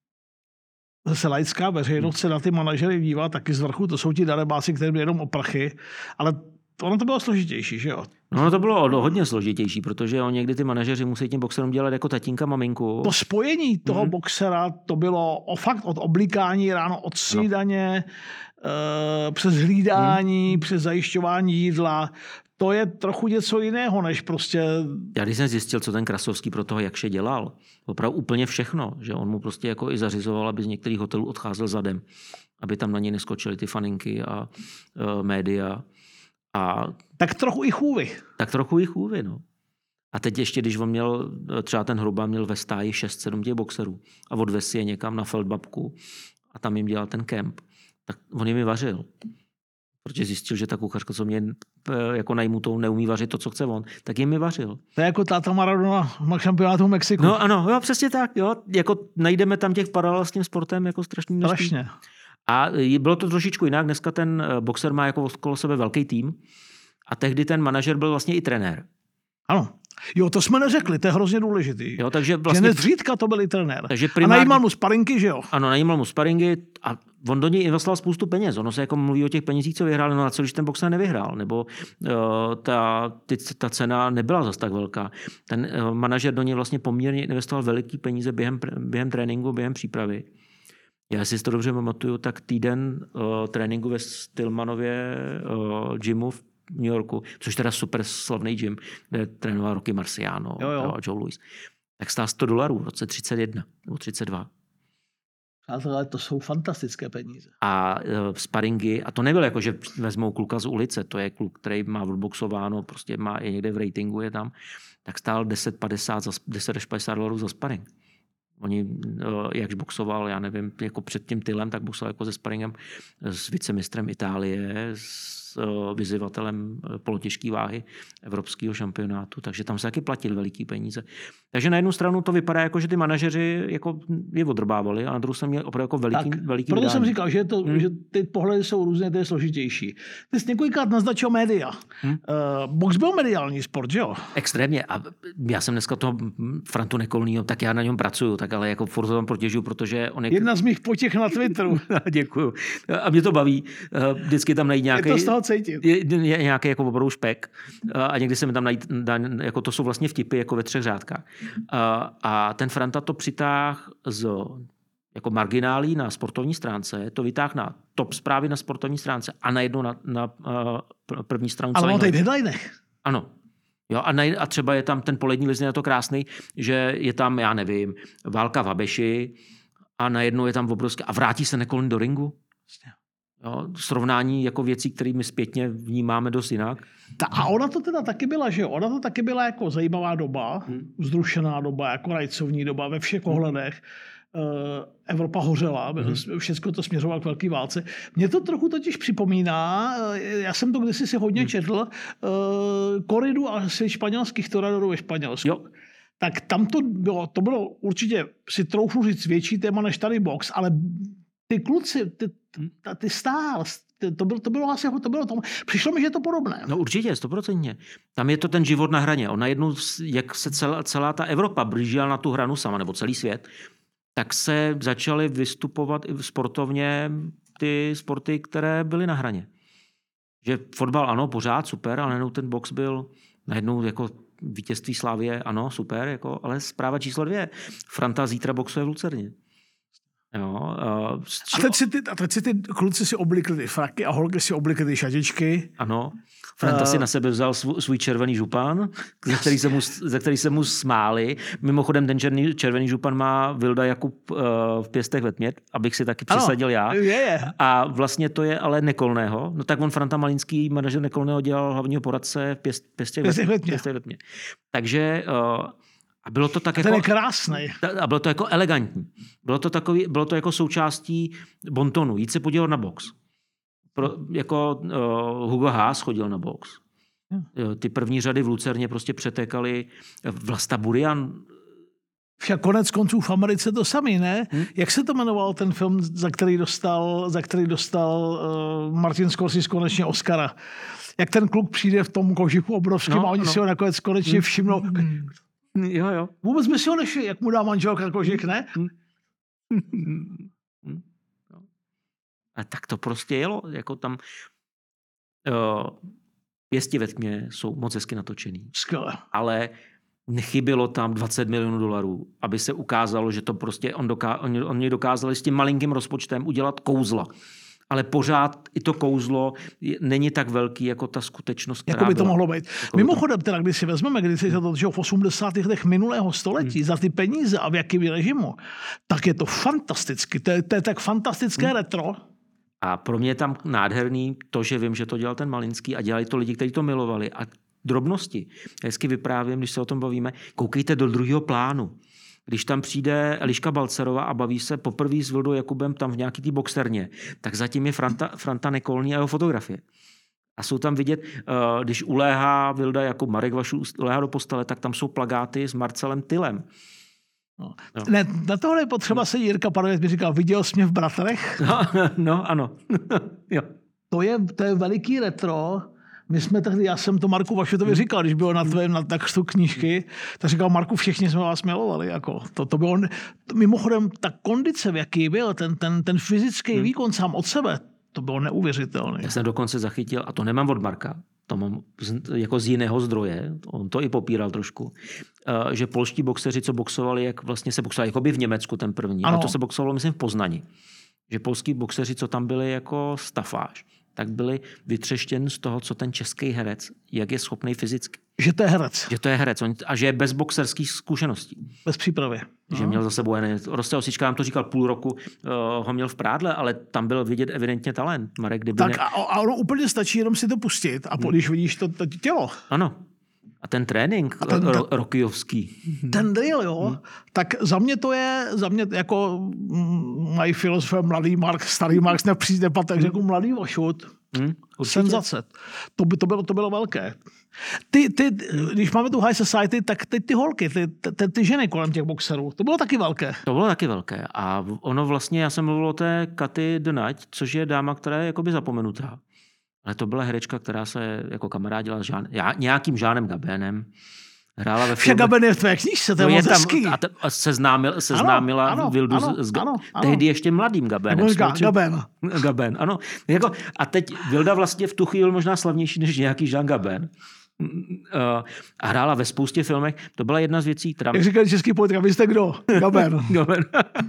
zase laická veřejnost se na ty manažery dívá taky z vrchu, to jsou ti darebáci, kteří byli jenom o prachy, ale ono to bylo složitější, že jo? No to bylo hodně složitější, protože on někdy ty manažeři musí těm boxerům dělat jako tatínka, maminku. To spojení toho hmm. boxera, to bylo o fakt od oblíkání ráno, od snídaně, uh, přes hlídání, hmm. přes zajišťování jídla. To je trochu něco jiného, než prostě... Já když jsem zjistil, co ten Krasovský pro toho Jakše dělal, opravdu úplně všechno, že on mu prostě jako i zařizoval, aby z některých hotelů odcházel zadem, aby tam na něj neskočily ty faninky a uh, média. A... Tak trochu i chůvy. Tak trochu i chůvy, no. A teď ještě, když on měl, třeba ten Hruba měl ve stáji šest sedm těch boxerů a odvez je někam na Feldbabku a tam jim dělal ten kemp, tak on jim i vařil. Protože zjistil, že ta kuchařka, co mě jako najmutou, neumí vařit to, co chce on, tak jim mi vařil. To je jako táta Maradona na šampionátu v Mexiku. No ano, jo, přesně tak. Jo. Jako najdeme tam těch paralel s tím sportem jako strašný množství. Strašně. A bylo to trošičku jinak. Dneska ten boxer má jako okolo sebe velký tým a tehdy ten manažer byl vlastně i trenér. Ano. Jo, to jsme neřekli, to je hrozně důležitý. Jo, takže vlastně... Že nezřídka to byl i trenér. Takže primárně... A najímal mu sparinky, že jo? Ano, najímal mu sparinky a on do něj investoval spoustu peněz. Ono se jako mluví o těch penězích, co vyhrál, no a co když ten boxer nevyhrál, nebo uh, ta, ty, ta cena nebyla zas tak velká. Ten uh, manažer do něj vlastně poměrně investoval veliký peníze během, během tréninku, během přípravy. Já si to dobře pamatuju, tak týden uh, tréninku ve Stillmanově uh, gymu v New Yorku, což teda super slavný gym, kde trénoval Rocky Marciano jo, jo. a Joe Louis, tak stál sto dolarů v roce třicet jedna nebo třicet dva. Ale to jsou fantastické peníze. A uh, sparingy, a to nebylo jako, že vezmou kluka z ulice, to je kluk, který má odboxováno, prostě má je někde v ratingu, je tam, tak stál deset padesát, deset až padesát dolarů za sparing. Oni, jakž boxoval, já nevím, jako před tím Tylem, tak boxoval jako se sparingem s vicemistrem Itálie, s vyzývatelem polotěžké váhy evropského šampionátu, takže tam se taky platili veliký peníze. Takže na jednu stranu to vypadá jako, že ty manažeři jako je odrbávali a na druhou stranu měli opravdu jako veliký, tak, veliký proto vydání. jsem říkal, že, to, hmm. že ty pohledy jsou různé, to je složitější. Ty jsi několikrát naznačil média. Hmm. Uh, box byl mediální sport, že jo? Extrémně. A já jsem dneska toho Frantu Nekolnýho, tak já na něm pracuju, tak ale jako furt tam protěžuju, protože on je... Jedna z mých potěch na Twitteru. Děkuju. A mě to baví. Vždycky tam najít nějaký... Je to z toho cítit. Je, je nějaký jako opravdu špek a někdy se mi tam najít, jako to jsou vlastně vtipy jako ve třech řádkách. A, a ten Franta to přitáh z jako marginálí na sportovní stránce, to vytáh na top zprávy na sportovní stránce a najednou na, na, na první stranu. Ale on tady v headlinech. Ano. Jo, a, nej, a třeba je tam ten polední list, je to krásný, že je tam, já nevím, válka v Abeši a najednou je tam obrovské a vrátí se Nekolný do ringu. Jo, srovnání jako věcí, které my zpětně vnímáme dost jinak. Ta, a ona to teda taky byla, že jo? Ona to taky byla jako zajímavá doba, hmm. vzrušená doba, jako rajcovní doba ve všech ohledech. Uh, Evropa hořela, hmm. všechno to směřovalo k velké válce. Mně to trochu totiž připomíná, já jsem to kdysi si hodně hmm. četl, uh, koridu a španělských toradorů ve Španělsku. Jo. Tak tam to bylo, to bylo určitě, si troufnu říct, větší téma než tady box, ale ty kluci, ty, ty stars, to bylo, to bylo asi, to bylo tomu. Přišlo mi, že je to podobné. No určitě, stoprocentně. Tam je to ten život na hraně. On najednou, jak se celá, celá ta Evropa blížila na tu hranu sama, nebo celý svět, tak se začaly vystupovat i sportovně ty sporty, které byly na hraně. Že fotbal ano, pořád, super, ale najednou ten box byl najednou jako vítězství Slavie, ano, super, jako, ale zpráva číslo dvě. Franta zítra boxuje v Lucerně. Jo, uh, a, teď si ty, a teď si ty kluci si oblikli ty fraky a holky si oblikli ty šatičky. Ano. Franta uh, si na sebe vzal svůj, svůj červený župan, za který, se mu, za který se mu smáli. Mimochodem ten černý, červený župan má Vilda Jakub uh, v Pěstech ve tmě, abych si taky přisadil já. Je, je. A vlastně to je ale Nekolného. No tak on Franta Malinský, manažer Nekolného, dělal hlavního poradce v Pěst, Pěstech, Pěstech ve, Pěstech ve tmě. Takže... Uh, A bylo to tak a jako... je krásný. A bylo to jako elegantní. Bylo to, takový, bylo to jako součástí bontonu. Jít se podívat na box. Pro, jako uh, Hugo Haas chodil na box. Hmm. Ty první řady v Lucerně prostě přetékaly Vlasta Burian. Však konec konců v Americe to samý, ne? Hmm? Jak se to jmenoval ten film, za který dostal, za který dostal uh, Martin Scorsese konečně Oscara? Jak ten kluk přijde v tom kožichu obrovským no, a oni no. si ho nakonec konečně všimnou. Hmm. Jo, jo. Vůbec by si ho nešli, jak mu dá manželka kožich, ne? A tak to prostě jelo. Jako tam uh, Pěsti ve tmě jsou moc hezky natočený. Skvěle. Ale nechybělo tam dvacet milionů dolarů, aby se ukázalo, že to prostě on doká, oni, oni dokázali s tím malinkým rozpočtem udělat kouzla. ale pořád i to kouzlo je, není tak velký jako ta skutečnost, která jako by to byla. mohlo být. Jako Mimochodem, teda, když si vezmeme, když se to točilo v osmdesátých letech minulého století hmm. za ty peníze a v jakém režimu, tak je to fantasticky. To je, to je tak fantastické hmm. retro. A pro mě je tam nádherný to, že vím, že to dělal ten Malinský a dělali to lidi, kteří to milovali. A drobnosti. Hezky vyprávím, když se o tom bavíme. Koukejte do druhého plánu. Když tam přijde Eliška Balcerová a baví se poprvé s Vildou Jakubem tam v nějaký té boxerně, tak zatím je Franta, Franta Nekolný a jeho fotografie. A jsou tam vidět, když uléhá Vilda Jakub, Marek Vašů uléhá do postele, tak tam jsou plakáty s Marcelem Tylem. No. No. Ne, na tohle je potřeba se Jirka Padovět mi říkal, viděl jsi mě v Bratrech? No, no ano. Jo. To je, to je veliký retro. My jsme tehdy, já jsem to Marku Vašetovi říkal, když bylo na tvém na textu knížky, tak říkal, Marku, všichni jsme vás milovali. Jako. To, to bylo, to, mimochodem, ta kondice, v jaký byl, ten, ten, ten fyzický hmm. výkon sám od sebe, to bylo neuvěřitelné. Já jsem dokonce zachytil, a to nemám od Marka, to mám z, jako z jiného zdroje, on to i popíral trošku, že polští boxeři, co boxovali, jak vlastně se boxovali, jako by v Německu ten první, ano. A to se boxovalo, myslím, v Poznani. Že polský boxeři, co tam byli jako stafáž, tak byli vytřeštěn z toho, co ten český herec, jak je schopný fyzicky. Že to je herec. Že to je herec a že je bez boxerských zkušeností. Bez přípravy. Že měl za sebou jen... Roste Osička nám to říkal půl roku, uh, ho měl v prádle, ale tam byl vidět evidentně talent. Marek, kdyby tak ne... a, a ono úplně stačí jenom si to pustit a hmm. když vidíš to, to tělo. Ano. A ten trénink a ten, ro- rokijovský. Ten drill, jo. Hmm. Tak za mě to je, za mě jako mají filozofie mladý Mark, starý Mark nepřijde pat, tak řekl mladý Vašut. Hmm, senzace. To, by, to, bylo, to bylo velké. Ty, ty, když máme tu High Society, tak ty, ty holky, ty, ty, ty ženy kolem těch boxerů, to bylo taky velké. To bylo taky velké. A ono vlastně, já jsem mluvil o té Katy Dnať, což je dáma, která je jakoby zapomenutá. Ale to byla herečka, která se jako kamarádila s Žán, já, nějakým Žánem Gabénem. Hrála ve filmu. Gaben je v tvé knížce, to je moc hezký. A, te, a seznámil, seznámila ano, ano, Vildu ano, s, ano, ano. tehdy ještě mladým Gabénem. Gabén. Gabén, ano. Jako, a teď Vilda vlastně v tu chvíli možná slavnější než nějaký Jean Gabén. A hrála ve spoustě filmech. To byla jedna z věcí, která... Jak říkali český politik, vy jste kdo? Gabén. Gabén.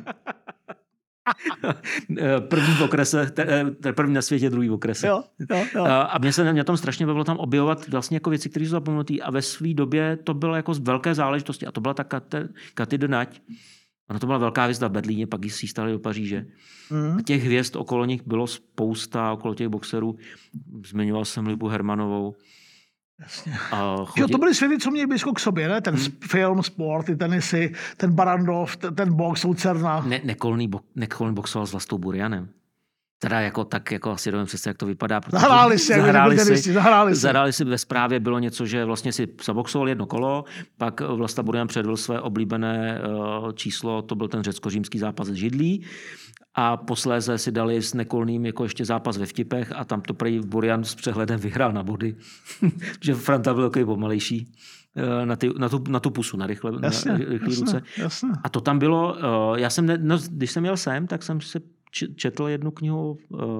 První v okrese, první na světě, druhý v okrese. Jo, jo, jo. A mě se na tom strašně bavilo tam objevovat vlastně jako věci, které jsou zapomenutý a ve své době to bylo jako velké záležitosti a to byla ta Katy Dnať. Ona to byla velká hvězda v Berlíně, pak ji stali do Paříže. Mm. A těch hvězd okolo nich bylo spousta, okolo těch boxerů. Zmiňoval jsem Libu Hermanovou. Jasně. Jo, to byly světy, co měli blízko k sobě, ne? Ten hmm. film, sport, ty tenisy, ten Barandov, ten, ten box, Lucerna. Ne, nekolný, bo, nekolný boxoval s Vlastou Burianem. Teda jako tak, jako asi dovím přesně, jak to vypadá. Zahráli si, zahráli si, tenisti, zahráli si. Zahráli si, ve zprávě bylo něco, že vlastně si zaboxoval jedno kolo, pak Vlasta Burian předvedl své oblíbené uh, číslo, to byl ten řecko-římský zápas z židlí. A posléze si dali s Nekolným jako ještě zápas ve vtipech a tam to prý Burian s přehledem vyhrál na body. Že Franta byl takový pomalejší na, ty, na, tu, na tu pusu, na rychle, jasně, na rychlý jasně, ruce. Jasně. A to tam bylo, já jsem, ne, no, když jsem jel sem, tak jsem se četl jednu knihu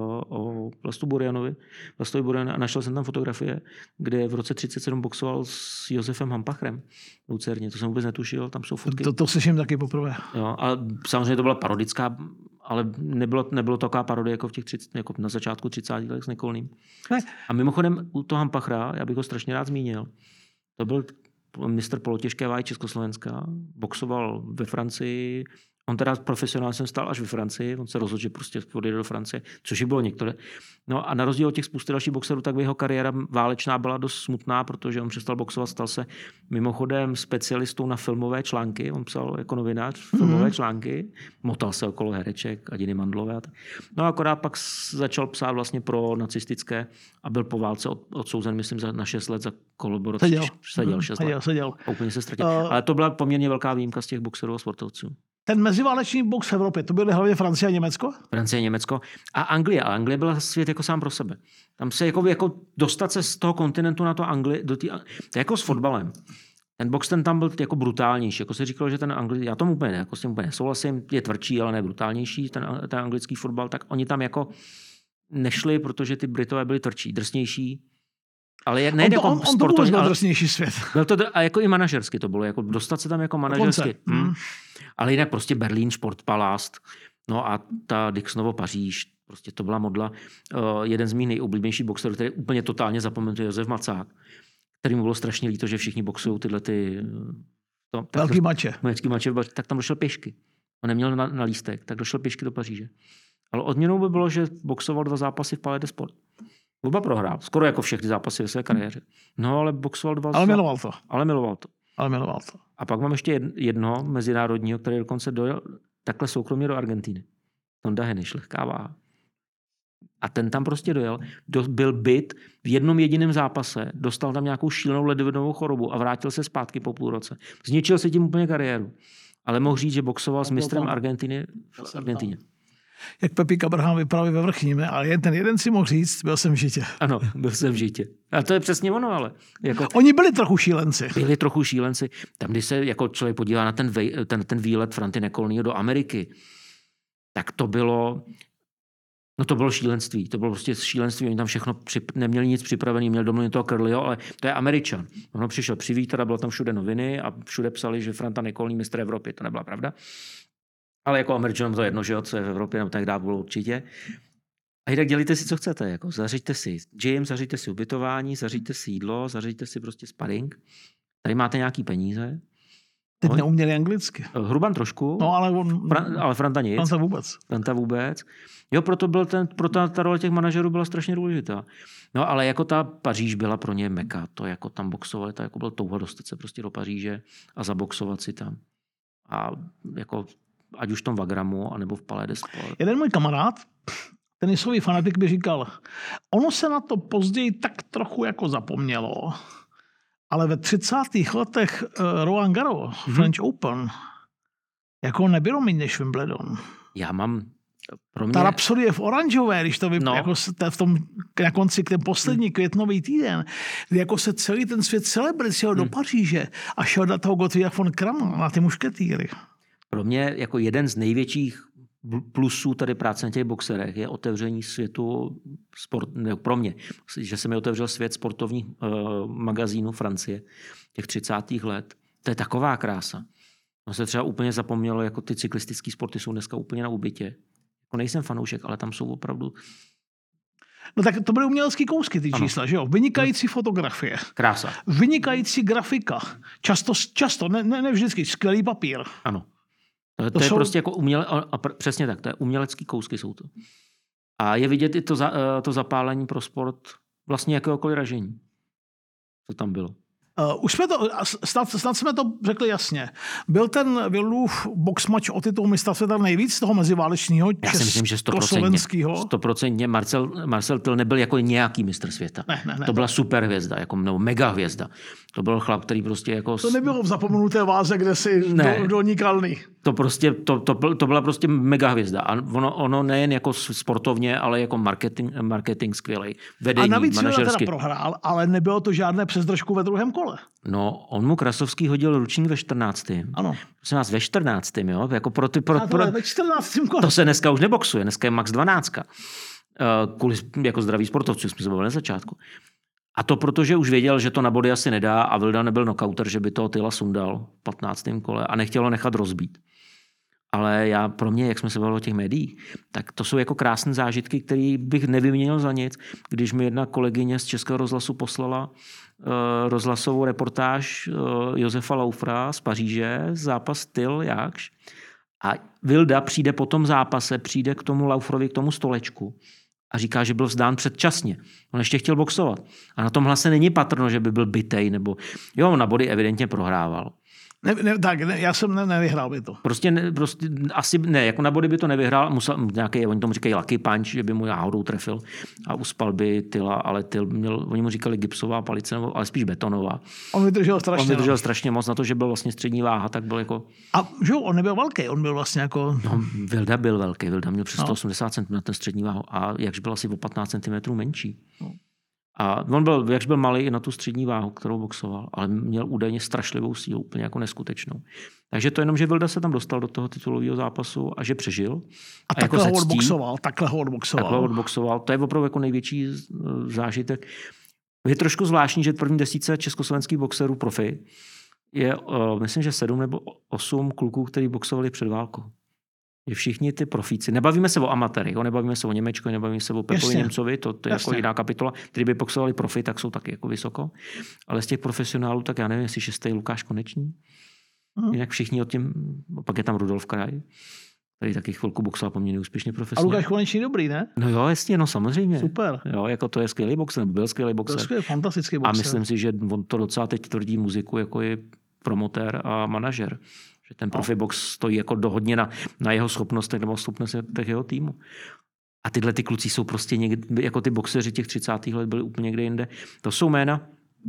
o Vlastu Burianovi, Vlastovi Burianovi a našel jsem tam fotografie, kde v roce třicet sedm boxoval s Josefem Hampachrem v Lucerně. To jsem vůbec netušil, tam jsou fotky. To, to slyším taky poprvé. Jo, a samozřejmě to byla parodická, ale nebylo, nebylo to taková parodie jako, v těch třicet, jako na začátku třicátých let s Nekolným. Ne. A mimochodem u toho Hampachra, já bych ho strašně rád zmínil, to byl mistr polotěžké váhy Československa, boxoval ve Francii. On teda profesionálně jsem stál až ve Francii, on se rozhodl, že prostě odjede do Francie, což by bylo některé. No a na rozdíl od těch spousty dalších boxerů, tak jeho kariéra válečná byla dost smutná, protože on přestal boxovat, stal se mimochodem specialistou na filmové články. On psal jako novinář filmové mm-hmm. články, motal se okolo hereček, Adiny Mandlové a tak. No a akorát pak začal psát vlastně pro nacistické a byl po válce odsouzen, myslím, za na šest let za kolaboraci. Seděl. Seděl šest seděl, let. Seděl. A úplně se ztratil. Uh... Ale to byla poměrně velká výjimka z těch boxerů a sportovců. Ten meziválečný box v Evropě, to byly hlavně Francie a Německo? Francie, Německo a Anglie. A Anglie byla svět jako sám pro sebe. Tam se jako, jako dostat se z toho kontinentu na to Anglii, do tý, to je jako s fotbalem. Ten box ten tam byl jako brutálnější. Jako se říkalo, že ten anglický, já tomu úplně, jako s tím úplně nesouhlasím, je tvrdší, ale ne brutálnější, ten, ten anglický fotbal, tak oni tam jako nešli, protože ty Britové byli tvrdší, drsnější. Ale jak nejde on to, jako on, on sportovní, to byl drsnější svět. Byl to, a jako i manažersky to bylo, jako dostat se tam jako manažersky. Hmm. Ale jinak prostě Berlín, Sportpalast, no a ta Dixnovo Paříž, Prostě to byla modla. Uh, jeden z mých nejoblíbenějších boxerů, který úplně totálně zapomenul, Josef Macák, který mu bylo strašně líto, že všichni boxují tyhle ty... To, Velký to, mače. Velký mače, tak tam došel pěšky. On neměl na, na lístek, tak došel pěšky do Paříže. Ale odměnou by bylo, že boxoval dva zápasy v Palais des Sports. Oba prohrál. Skoro jako všechny zápasy ve své kariéře. No, ale boxoval dva... Ale miloval to. Ale miloval to. Ale miloval to. A pak mám ještě jedno mezinárodního, který dokonce dojel takhle soukromně do Argentiny. Tonda Hennish, lehká váha. A ten tam prostě dojel, do, byl byt v jednom jediném zápase, dostal tam nějakou šílenou ledvinovou chorobu a vrátil se zpátky po půl roce. Zničil se tím úplně kariéru. Ale mohl říct, že boxoval s mistrem Argentiny v Argentině. Jak Pepík Abraham vypráví ve Vrchním, ale jen ten jeden si mohl říct, byl jsem v Žitě. Ano, byl jsem v Žitě. A to je přesně ono, ale. Jako, Oni byli trochu šílenci. Byli trochu šílenci. Tam, když se jako člověk podívá na ten, vej, ten, ten výlet Franty Nekolního do Ameriky, tak to bylo... No to bylo šílenství. To bylo prostě šílenství. Oni tam všechno přip, neměli nic připravený, měli domluvit toho Curlyho, ale to je Američan. Ono přišel přivítat a bylo tam všude noviny a všude psali, že Franta Nekolný mistr Evropy. To nebyla pravda. Ale jako Američanům to jedno, že jo, co je v Evropě, nebo tak dát bylo určitě. A jinak dělíte si, co chcete. Jako zařiďte si gym, zařiďte si ubytování, zařiďte si jídlo, zařiďte si prostě sparring. Tady máte nějaký peníze. Teď neuměli anglicky. Hruban trošku, no, ale, on, Fra, ale Franta nic. Franta vůbec. Franta vůbec. Jo, proto, byl ten, proto ta role těch manažerů byla strašně důležitá. No, ale jako ta Paříž byla pro ně meka. To jako tam boxovali, to jako byl touha dostat se prostě do Paříže a zaboxovat si tam. A jako ať už v tom Wagramu, anebo v Palais des Sports. Jeden můj kamarád, tenisový fanatik, by říkal, ono se na to později tak trochu jako zapomnělo, ale ve třicátých letech uh, Roland Garros, mm-hmm. French Open, jako nebylo méně než Wimbledon. Já mám pro mě... Ta rapsodie v oranžové, když to vyp... no. jako v tom, na konci ten poslední květnový týden, kdy jako se celý ten svět celebrit šel hmm. do Paříže a šel na toho Gottfrieda von Kramna, na ty mušketýry. Pro mě jako jeden z největších plusů tady práce na těch boxerech je otevření světu, sport, ne, pro mě, že se mi otevřel svět sportovních uh, magazínů Francie těch třicátých let. To je taková krása. No se třeba úplně zapomnělo, jako ty cyklistické sporty jsou dneska úplně na úbytě. Jako nejsem fanoušek, ale tam jsou opravdu... No tak to byly umělecký kousky, ty čísla, ano. Že jo? Vynikající fotografie. Krása. Vynikající grafika. Často, často ne, ne, ne vždycky, skvělý papír. Ano. To, to, to je jsou... prostě jako uměle... A přesně tak, to je umělecký kousky jsou to. A je vidět i to, za, to zapálení pro sport vlastně jakéhokoliv ražení. Co tam bylo. Uh, už jsme to, snad, snad jsme to řekli jasně. Byl ten Vilův boxmatch o titul mistra světa nejvíc toho meziválečního československého? sto procent Marcel, Marcel Till nebyl jako nějaký mistr světa. Ne, ne, ne. To byla super hvězda, jako, nebo mega hvězda. To byl chlap, který prostě jako... To nebylo v zapomenuté váze, kde si ne. do, dolní kalný. To prostě, to, to, to byla prostě mega hvězda. A ono, ono nejen jako sportovně, ale jako marketing, marketing skvělej. Vedení, a navíc manažersky. teda prohrál, ale nebylo to žádné přesdržku ve druhém kole. No, on mu Krasovský hodil ručník ve čtrnáctém. Ano. Prosím vás, ve čtrnáctém, jo? Jako pro ty, pro, pro, ve čtrnáctém kole. To se dneska už neboxuje, dneska je max dvanáct. Kvůli jako zdraví sportovců, jsme se bavili na začátku. A to protože už věděl, že to na body asi nedá a Vilda nebyl knockouter, že by toho Tyla sundal v patnáctém kole a nechtělo nechat rozbít. Ale já pro mě, jak jsme se bavili o těch médiích, tak to jsou jako krásné zážitky, které bych nevyměnil za nic, když mi jedna kolegyně z Českého rozhlasu poslala uh, rozhlasovou reportáž uh, Josefa Laufra z Paříže, zápas Tyl Jakš. A Vilda přijde po tom zápase, přijde k tomu Laufrovi, k tomu stolečku a říká, že byl vzdán předčasně. On ještě chtěl boxovat. A na tom hlase není patrno, že by byl bitej, nebo jo, na body evidentně prohrával. Ne, ne, tak, ne, já jsem ne, nevyhrál by to. Prostě, ne, prostě asi ne, jako na body by to nevyhrál, musel nějaký, oni tomu říkají lucky punch, že by mu náhodou trefil a uspal by Tyla, ale Tyl měl, oni mu říkali gipsová palice, nebo, ale spíš betonová. On vydržel strašně. On vydržel strašně moc na to, že byl vlastně střední váha, tak byl jako... A že on nebyl velký, on byl vlastně jako... No, Vilda byl velký, Vilda měl přes sto osmdesát centimetrů ten střední váhu a jakž byl asi o patnáct centimetrů menší. No. A on byl, jakž byl malý i na tu střední váhu, kterou boxoval, ale měl údajně strašlivou sílu, úplně jako neskutečnou. Takže to jenom, že Vilda se tam dostal do toho titulového zápasu a že přežil. A, a takhle jako ho odboxoval, takhle ho odboxoval. Takhle ho odboxoval. To je opravdu jako největší zážitek. Je trošku zvláštní, že první desíce československých boxerů profi je, uh, myslím, že sedm nebo osm kluků, kteří boxovali před válkou. že všichni ty profíci, nebavíme se o amatérech, nebavíme se o Němečkovi, nebavíme se o Pepovi Němcovi, to, to je Jasně. jako jiná kapitola, který by boxovali profi, tak jsou taky jako vysoko. Ale z těch profesionálů, tak já nevím, jestli šestý Lukáš Konečný. Hmm. Jinak všichni od tím, pak je tam Rudolf Kraj, který taky chvilku boxoval poměrně úspěšně profesionálně. A Lukáš Konečný dobrý, ne? No jo, jasně, no samozřejmě. Super. Jo, jako to je skvělý boxer, byl skvělý boxer. To je fantastický boxer. A myslím si, že on to docela teď tvrdí muziku, jako je promotér a manažer. Že ten profi box stojí jako dohodně na, na jeho schopnostech nebo schopnostech jeho týmu. A tyhle ty kluci jsou prostě někdy, jako ty boxeři těch třicátých let byli úplně někde jinde. To jsou jména.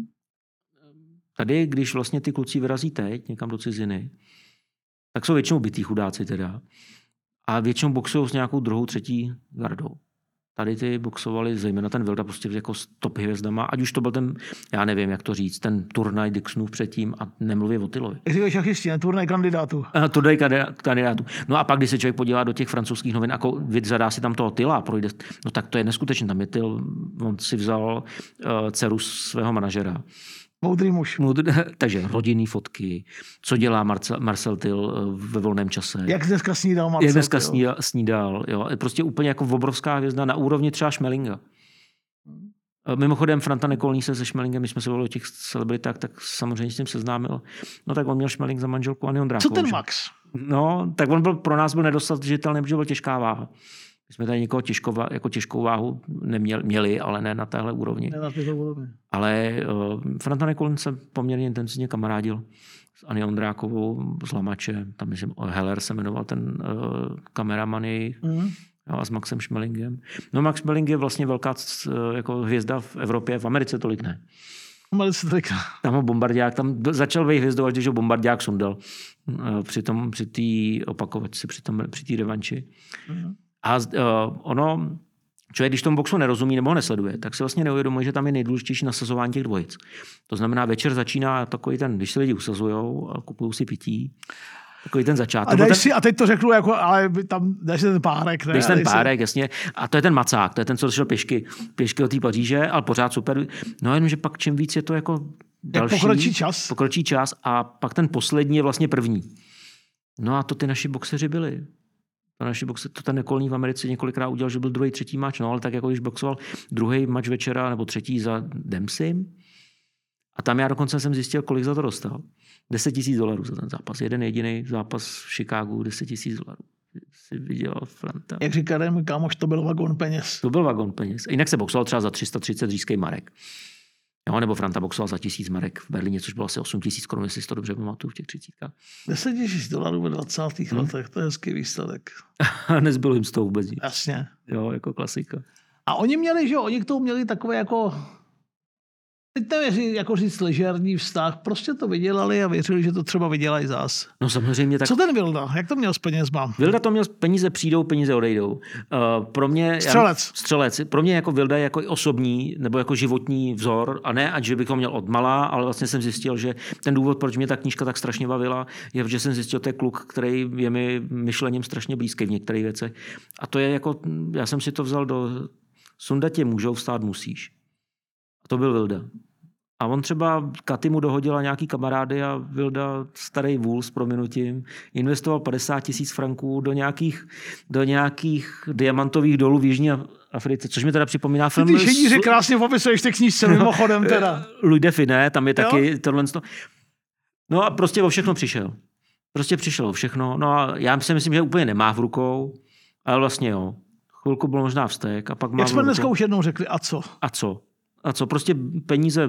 Tady, když vlastně ty kluci vyrazí teď někam do ciziny, tak jsou většinou bytý chudáci teda. A většinou boxují s nějakou druhou, třetí gardou. Tady ty boxovali, zejména ten Vilda, prostě jako s top hvězdama, ať už to byl ten, já nevím, jak to říct, ten turnaj Dixonův předtím a nemluvě o Tylovi. Jak říkáš šachisti, ne? Turnaj kandidátů. Turnaj kandidátů. No a pak, když se člověk podívá do těch francouzských novin, jako zadá si tam toho Tyla a projde, no tak to je neskutečné. Tam je Tyl, on si vzal uh, dceru svého manažera. Moudrý muž. Moudrý, takže rodinný fotky, co dělá Marcel, Marcel Tyl ve volném čase. Jak dneska snídal Marcel Jak dneska snídal, snídal jo. Prostě úplně jako obrovská hvězda na úrovni třeba Šmelinga. Mimochodem Franta Nekolný se se Šmelingem, my jsme se volili o těch celebritách, tak samozřejmě s tím seznámil. No tak on měl Šmeling za manželku Anny Ondrákovou. Co ten Max? No, tak on byl, pro nás byl nedostatečitelný, protože byl těžká váha. My jsme tady někoho těžkou, jako těžkou váhu neměli, měli, ale ne na téhle úrovni. Ne na téhle úrovni. Ale uh, Franta Nekolný se poměrně intenzivně kamarádil s Anny Ondrákovou, s Lamače, tam myslím, Heller se jmenoval ten uh, kameraman jejich, mm. jo, a s Maxem Šmelingem. No Max Šmeling je vlastně velká uh, jako hvězda v Evropě, v Americe tolik ne. Americe tolik ne. Tam ho Bombardiák, tam začal vejít hvězdovat, když ho Bombardiák sundal uh, při tom, při té opakovačce, při tom, při té revanči. Mm. A uh, ono, člověk, když tomu boxu nerozumí nebo ho nesleduje, tak si vlastně neuvědomuje, že tam je nejdůležitější nasazování těch dvojic. To znamená, večer začíná takový ten, když se lidi usazujou a kupují si pití, takový ten začátek. A, ten, si, a teď to řeknu, jako, ale tam dáš ten párek. Ne? Dáš ten párek, si... jasně. A to je ten macák, to je ten, co šel pěšky, pěšky od té Paříže, ale pořád super. No jenom, že pak čím víc je to jako další. Pokročí čas. Pokročí čas a pak ten poslední je vlastně první. No a to ty naši boxeři byli. To naši boxe, to ten Nekolný v Americe několikrát udělal, že byl druhý, třetí mač, no ale tak jako když boxoval druhý mač večera nebo třetí za Dempseym. A tam já dokonce jsem zjistil, kolik za to dostal. deset tisíc dolarů za ten zápas. Jeden jediný zápas v Chicagu, deset tisíc dolarů. Si vydělal Franta. Jak říká můj kámoš, to byl vagon peněz. To byl vagon peněz. Jinak se boxoval třeba za tři sta třicet říšských marek. Jo, nebo Franta boxoval za tisíc marek v Berlíně, což bylo asi osm tisíc korun, jestli si to dobře pamatuju v těch třicítkách. deset tisíc dolarů ve dvacátých hmm. letech, to je hezký výsledek. A nezbylo jim z toho vůbec nic. Jasně. Jo, jako klasika. A oni měli, že jo, oni k tomu měli takové jako, teď nevím, jako říct ležérní vztah, prostě to vydělali a věřili, že to třeba vydělají zás. No samozřejmě tak. Co ten Vilda? Jak to měl s penězma? Vilda to měl, peníze přijdou, peníze odejdou. Uh, pro mě, střelec. Já, střelec. Pro mě jako Vilda je jako osobní nebo jako životní vzor a ne, ať že bych ho měl od malá, ale vlastně jsem zjistil, že ten důvod, proč mě ta knížka tak strašně bavila, je, že jsem zjistil, že to je kluk, který je mi myšlením strašně blízký v některých věcech. A to je jako, já jsem si to vzal do sundat tě můžou, vstát musíš. A to byl Vilda. A on třeba Katy mu dohodila nějaký kamarády a Vilda, starý vůl s prominutím, investoval padesát tisíc franků do nějakých, do nějakých diamantových dolů v Jižní Africe, což mi teda připomíná film... Ty šedíři krásně popisuješ ty knížce mimochodem teda. Louis de Finet, tam je taky tohle. No a prostě o všechno přišel. Prostě přišel o všechno. No a já si myslím, že úplně nemá v rukou, ale vlastně jo. Chvilku byl možná vztek a pak má... Jak jsme dneska už jednou řekli, a co? A co? A co? Prostě peníze,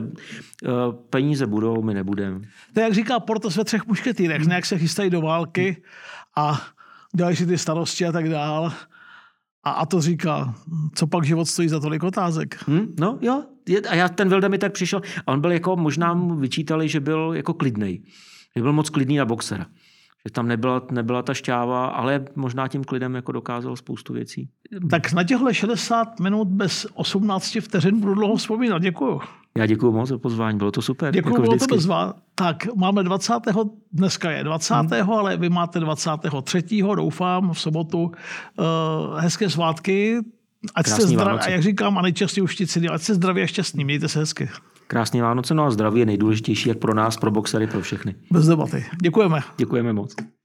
peníze budou, my nebudeme. To je, jak říká Portos ve Třech mušketýrech, hmm. jak se chystají do války a dělají si ty starosti a tak dál. A, a to říká, co pak život stojí za tolik otázek. Hmm? No jo, a já, ten Vilda mi tak přišel a on byl jako, možná mu vyčítali, že byl jako klidnej. Že byl moc klidný na boxera. Že tam nebyla, nebyla ta šťáva, ale možná tím klidem jako dokázal spoustu věcí. Tak na těchto šedesát minut bez osmnáct vteřin budu dlouho vzpomínat. Děkuju. Já děkuju moc za pozvání, bylo to super. Děkuju, jako bylo to bezvá. Tak, máme dvacátého dneska je dvacátého Hmm. ale vy máte dvacátého třetího doufám, v sobotu. Uh, hezké svátky. Ať jste zdraví, a jak říkám, a nejčastěji už ti ať jste zdraví a šťastní. Mějte se hezky. Krásný Vánoce, no a zdraví je nejdůležitější jak pro nás, pro boxery, pro všechny. Bez debaty. Děkujeme. Děkujeme moc.